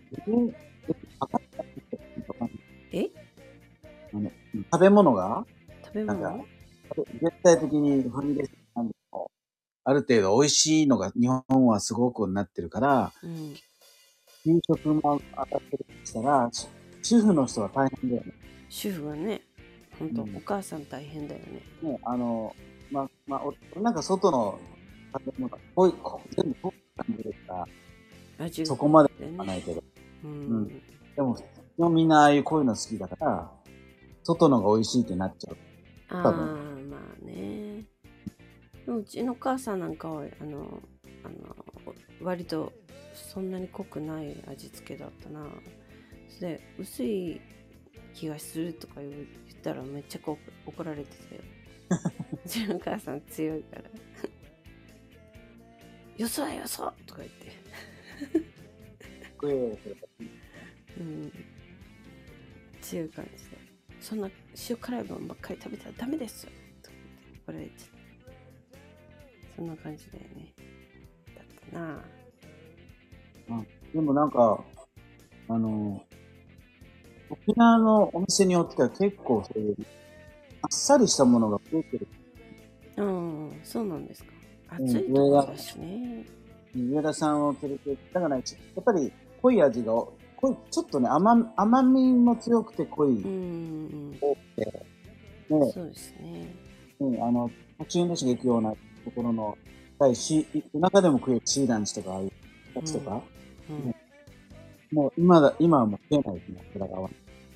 食べ物が絶対的にファミレスなんでもある程度美味しいのが日本はすごくなってるから、給食も上がってるとしたら、主婦の人は大変だよね。 主婦はね、ほんと、お母さん大変だよね。 ね、俺なんか外の食べ物が全部濃い感じでさ、そこまではないけど。でも、みんなああいう濃いの好きだから、 外のが美味しいってなっちゃう。 ああ、まあね。うちの母さんなんかは、割とそんなに濃くない味付けだったな。で、薄い気がするとか言ったらめっちゃ怒られてたよ。うちの母さん強いから。よそはよそとか言って。うん。強い感じで。そんな塩辛いもんばっかり食べたらダメですよとか言って怒られてた。そんな感じだよね。だったな。 でもなんか、沖縄のお店によっては結構そういう、あっさりしたものが増えてる。 うん、そうなんですか。暑いところだしね。 上田さんを連れて行ったがないし、やっぱり濃い味が、ちょっとね、甘みも強くて濃い。多くて。 ね、そうですね。 途中の刺激ようなところの、中でも食えるシーランチとか、ああいうやつとか。もう今はもう食えないですね、裏側。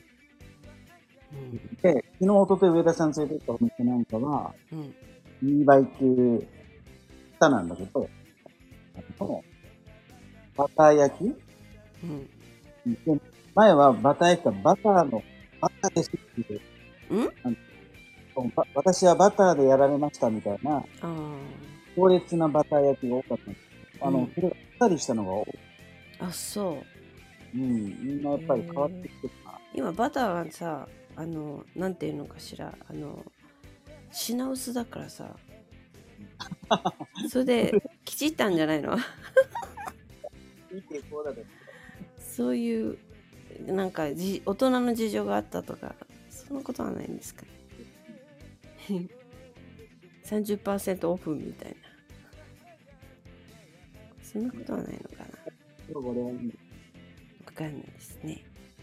で、昨日、おととい上田さん連れて行ったお店なんかは、2倍っていう下なんだけど、バター焼き、で前はバター焼きはバターですっていう。私はバターでやられましたみたいな、強烈なバター焼きが多かったんですけど、それがあっさりしたのが多い。 あ、そう。 みんなやっぱり変わってきてるな。 今バターがさ、なんていうのかしら、品薄だからさ、それで、きちったんじゃないの？そういう、なんか大人の事情があったとか、そんなことはないんですかね。30% オフみたいな。そんなことはないのかな。わかんないですね。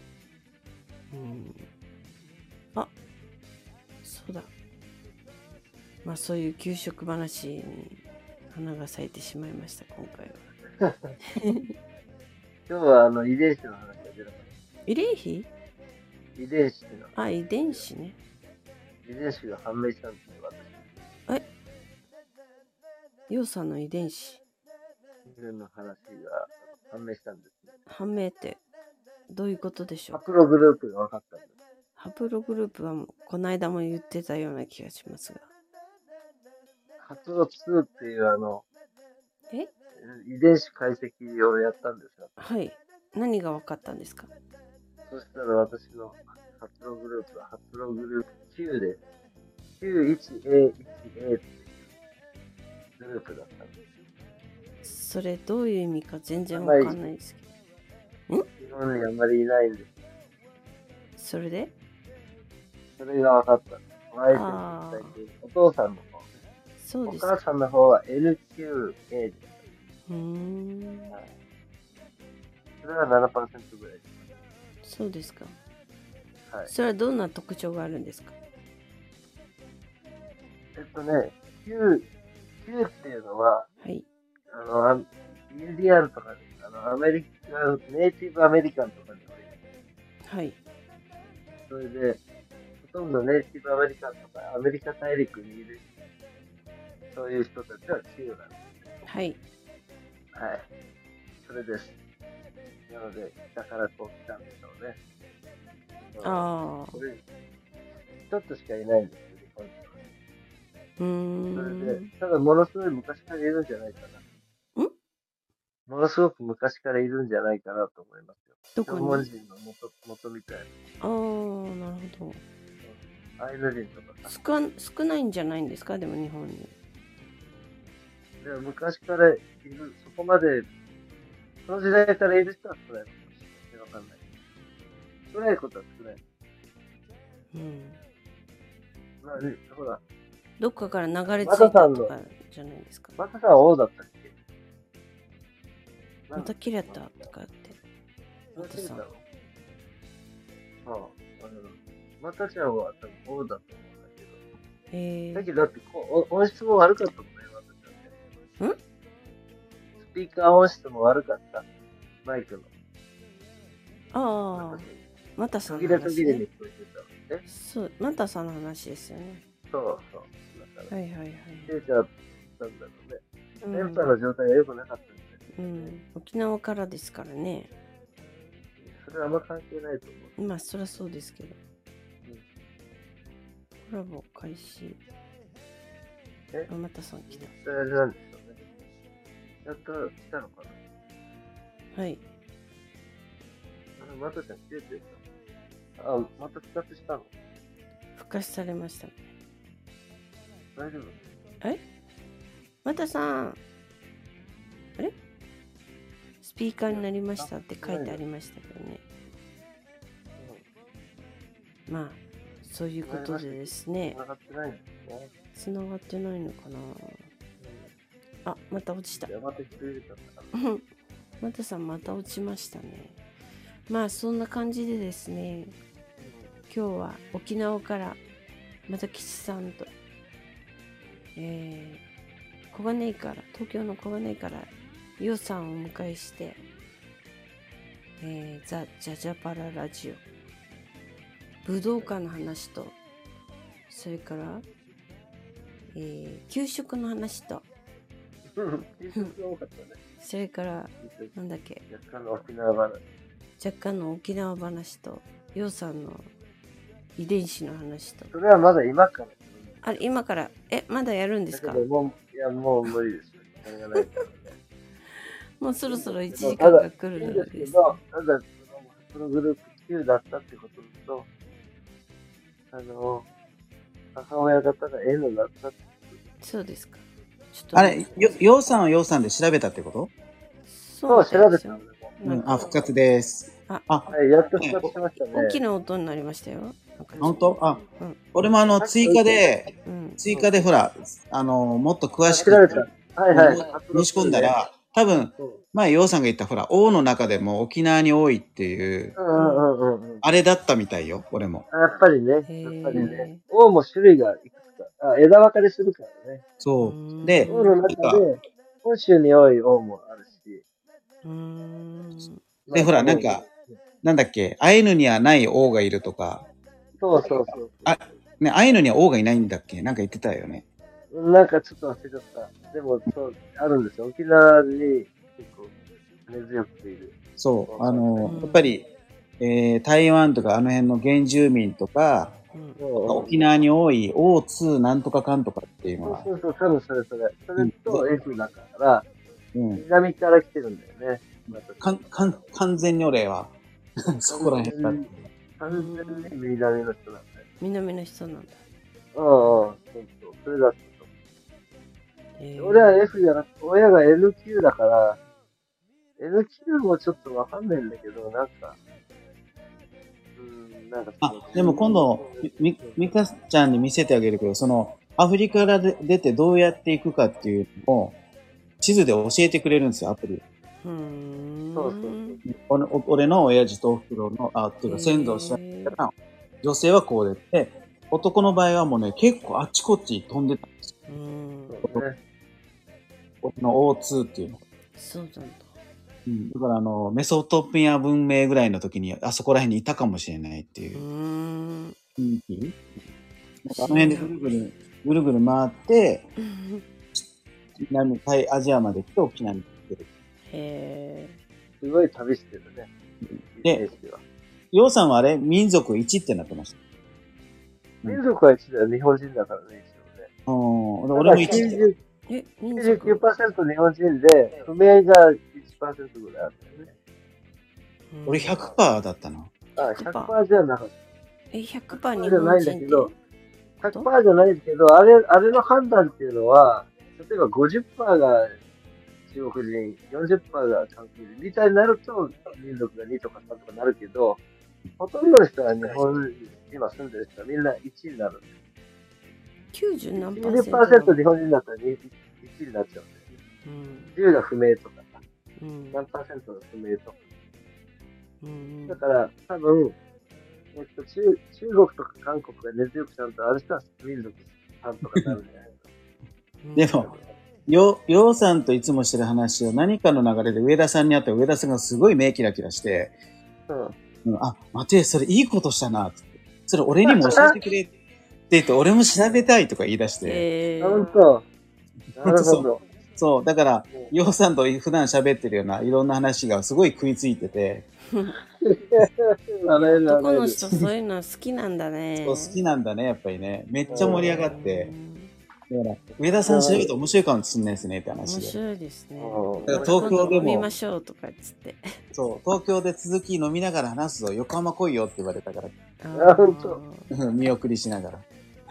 あ、そうだ。まあそういう給食話に花が咲いてしまいました、今回は。 今日は遺伝子の話が出なかった。 遺伝子？ 遺伝子の。 あ、遺伝子ね。 遺伝子が判明したんですよ、私。 ヨウさんの遺伝子。 の話が判明したんです、ね。 判明ってどういうことでしょう？ ハプログループが分かったんです。 ハプログループはこの間も言ってたような気がしますが。 ハプロ2っていう遺伝子解析をやったんですよ。 はい。何が分かったんですか？ そしたら私のハプログループはハプログループ9で 91A1A っていうグループだったんです。 それどういう意味か全然わかんないですけど。 日本にあんまりいないんです。 それで？ それが分かった。お父さんの方。 そうです。 お母さんの方は N9A です。それは 7% ぐらいです。 そうですか。 はい。 それはどんな特徴があるんですか 9っていうのは、 はい。 インディアンとか、ネイティブアメリカンとかに多い。 はい。 それで、ほとんどネイティブアメリカンとか、アメリカ大陸にいる、そういう人たちは9なんです。 はい。 はい。それです。なので、だからこう来たんでしょうね。 ああ。 これ、ちょっとしかいないんですよ、日本には。それで、ただものすごい昔からいるんじゃないかな。ものすごく昔からいるんじゃないかなと思いますよ。 どこに？ 縄文人の元みたいな。 ああ、なるほど。 アイヌ人とかさ。少ないんじゃないんですか、でも日本に。 でも昔からいる、そこまで、その時代からいる人は少ないかもしれない。わかんない。少ないことは少ない。まあね、ほら。 どっかから流れ着いたとかじゃないですか。 マタさんは王だったっけ？ また切れたとかって。 マタさん。マタちゃんは多分王だと思うんだけど。だけどだって音質も悪かったもんね、マタちゃんね。スピーカー音質も悪かった。マイクの。 ああ、マタさんの話、ね。 途切れに聞こえてた。 そう、マタさんの話ですよね。 そうそう。 はいはいはい。 消えちゃったんだろうね。電波の状態が良くなかったんですね。 うん。沖縄からですからね。 それはあんま関係ないと思う。 まあ、そりゃそうですけど。コラボ開始。マタさん来た。 あれなんですよね。やっと来たのかな。 はい。 マタちゃん消えてた。あ、また復活したの？ 復活されましたね。 大丈夫？ マタさん。あれ？スピーカーになりましたって書いてありましたけどね。まあ、そういうことでですね。 繋がってないんですね。 繋がってないのかな。あ、また落ちた。またさんまた落ちましたね。まあそんな感じでですね、今日は沖縄からまた吉さんと、小金井から、東京の小金井からヨウさんをお迎えして、ザ・ジャジャパララジオ、武道館の話と、それから、給食の話と、それからなんだっけ、 若干の沖縄話、 若干の沖縄話と、ヨウさんの遺伝子の話と。 それはまだ今から。 あれ、今から、まだやるんですか？ もう無理です。 もうそろそろ1時間が来るのです。 ただ、そのグループ9だったってことと、母親方が N だったってこと。 そうですか。 あれ、ヨウさんはヨウさんで調べたってこと？ そう、調べた。 復活です。 はい、やっと復活しましたね。 大きな音になりましたよ。 本当？俺も追加でほら、もっと詳しく申し込んだら、多分、前、ヨウさんが言った、ほら、王の中でも沖縄に多いっていう、あれだったみたいよ、俺も。 やっぱりね。王も種類がいくつか、枝分かれするからね。 そう。で、 王の中で、本州に多い王もあるし。 で、ほら、なんだっけ、アイヌにはない王がいるとか。 そう。 ね、アイヌには王がいないんだっけ？なんか言ってたよね。 なんかちょっと忘れちゃった。でも、そう、あるんですよ。沖縄に結構根強くいる。 そう。やっぱり、台湾とかあの辺の原住民とか、沖縄に多い O2 なんとかかんとかっていうのは。 そう、多分それ。それと F だから、南から来てるんだよね。 完全に俺は、そこら辺だって。 完全に南の人なんだよ。 南の人なんだ。 そう。それだったと。俺は F じゃなくて、親が N9 だから、N9 もちょっとわかんないんだけど、 でも今度、ミカちゃんに見せてあげるけど、その、アフリカから出てどうやって行くかっていうのを、地図で教えてくれるんですよ、アプリ。 そう。 俺の親父とおふくろの、っていうか先祖を知ったら、女性はこうで、男の場合はもうね、結構あっちこっち飛んでたんですよ。俺の O2 っていうの。 そうなんだ。 だからメソポタミア文明ぐらいの時にあそこら辺にいたかもしれないっていう雰囲気。あの辺でぐるぐる回って、南アジアまで来て沖縄に来てる。 すごい旅してるね。 で、ヨウさんはあれ民族1ってなってました。 民族は1だよ。日本人だからね、一応ね。 俺も1。 99% 日本人で、不明が1%ぐらいあるんだよね。 俺 100% だったな。 100% じゃなかった。 100% 日じゃないん本人だけど、100% じゃないけど、あれの判断っていうのは、例えば 50% が中国人、40% が韓国人みたいになると、民族が2とか3とかなるけど、ほとんどの人は日本に今住んでる人はみんな1になるんです。 90何 %日本人だったら1になっちゃうんだよね。10が不明とかさ、何%が不明とか。だから多分、中国とか韓国が根強くちゃんとある人は民族3とかになるんじゃないでも、ヨウさんといつもしてる話を何かの流れで上田さんに会って上田さんがすごい目キラキラして、待て、それいいことしたなって。 それ俺にも教えてくれって言って、俺も調べたいとか言い出して。 本当。なるほど。 そう。だから、ヨウさんと普段喋ってるようないろんな話がすごい食いついてて。 男の人そういうの好きなんだね。 そう、好きなんだね、やっぱりね。めっちゃ盛り上がって。だから上田さん調べると面白いかもしれないですねって話で。 面白いですね。 だから東京でも。 飲みましょうとかっつって。 そう、東京で続き飲みながら話すぞ、横浜来いよって言われたから。 あ、ほんと。 見送りしながら。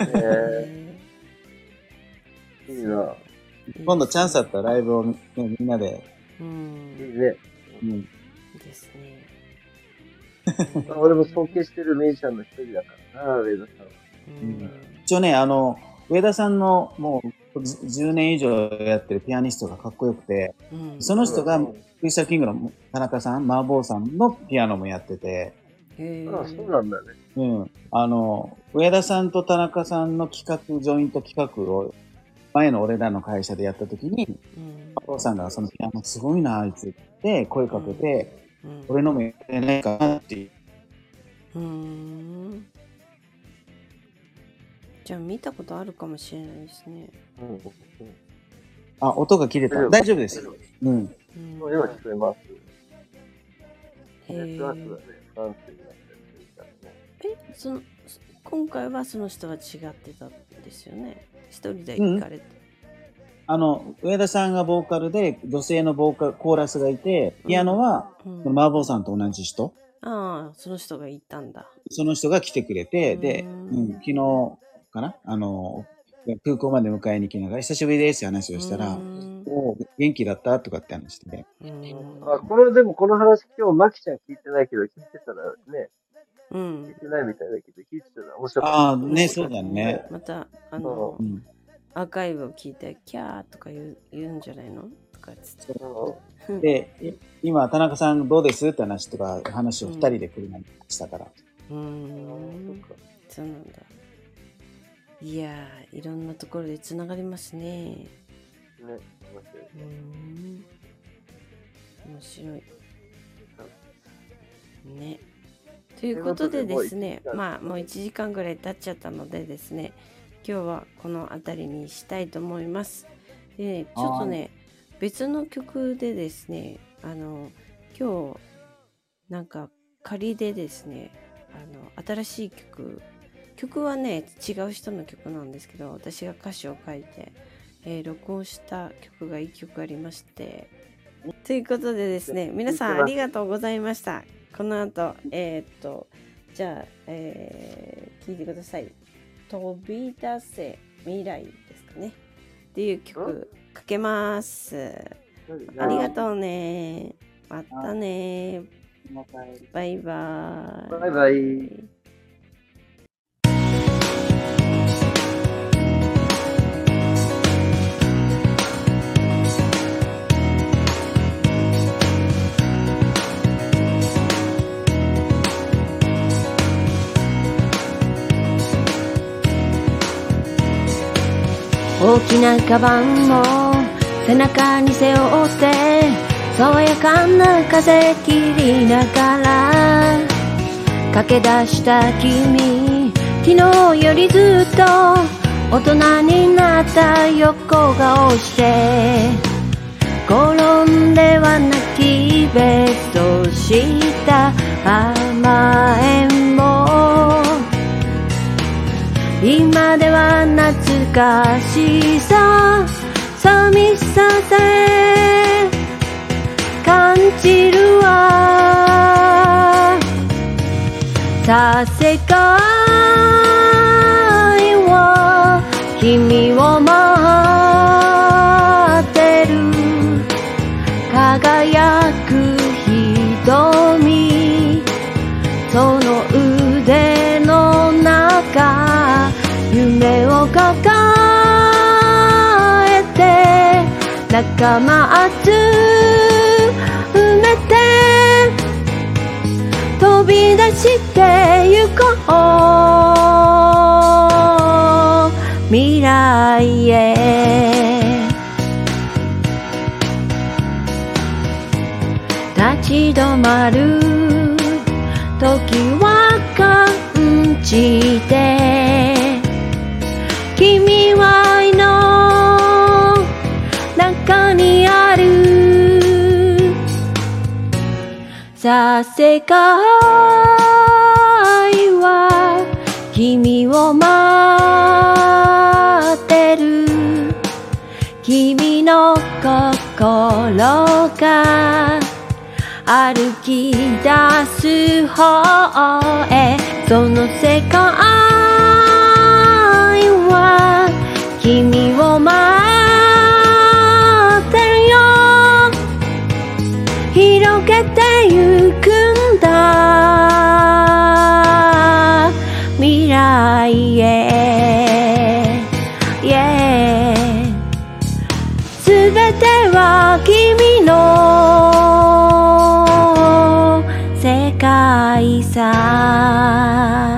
いいな。 今度チャンスあったらライブを、ね、みんなで。 いいね。 ですね。 俺も尊敬してるミュージシャンの一人だからな、上田さんは。 一応ね、上田さんのもう10年以上やってるピアニストがかっこよくて、その人がクリスタルキングの田中さん、マーボーさんのピアノもやってて。 あ、そうなんだね。 上田さんと田中さんの企画、ジョイント企画を前の俺らの会社でやった時に、マーボーさんがそのピアノすごいな、あいつって声かけて、俺のもやれないかなっていう。 じゃあ見たことあるかもしれないですね。 あ、音が切れた。大丈夫です。 今聞こえます。 今回はその人は違ってたんですよね。一人で行かれて。 上田さんがボーカルで、女性のコーラスがいて、ピアノは、マーボーさんと同じ人。 ああ、その人がいたんだ。 その人が来てくれて、で、昨日かな空港まで迎えに来ながら、久しぶりですって話をしたら、元気だったとかって話して。 でもこの話今日、マキちゃん聞いてないけど、聞いてたらね、聞いてないみたいだけど、聞いてたら面白かった。 ああ、ね、そうだね。 また、アーカイブを聞いて、キャーとか言うんじゃないのとかつって。 で、今、田中さんどうですって話を二人で車にしたから。 そうなんだ。いやー、いろんなところでつながりますね。面白い。ね。ということでですね、まあもう1時間ぐらい経っちゃったのでですね、今日はこの辺りにしたいと思います。で、ちょっとね、別の曲でですね、今日なんか仮でですね、新しい曲はね違う人の曲なんですけど、私が歌詞を書いて、録音した曲が1曲ありまして、ということでですね、皆さんありがとうございました。この後じゃあ、聴いてください。飛び出せ未来ですかねっていう曲かけます。ありがとうね。またね。バイバイ。 バイバイ。 大きなカバンも背中に背負って爽やかな風切りながら駆け出した君、昨日よりずっと大人になった横顔して転んでは泣きべそした甘えん坊、今では懐かしさ寂しさで感じるわ。さ世界は君を待ってる、輝く瞳、その腕の中夢を抱えて仲間集めて飛び出してゆこう未来へ。立ち止まる時は感ちて君は愛の中にあるさあ世界は君を待ってる君の心が歩き出す方へその世界は君を待ってるよ広げてゆくんだ未来へ、yeah、すべては君の世界さ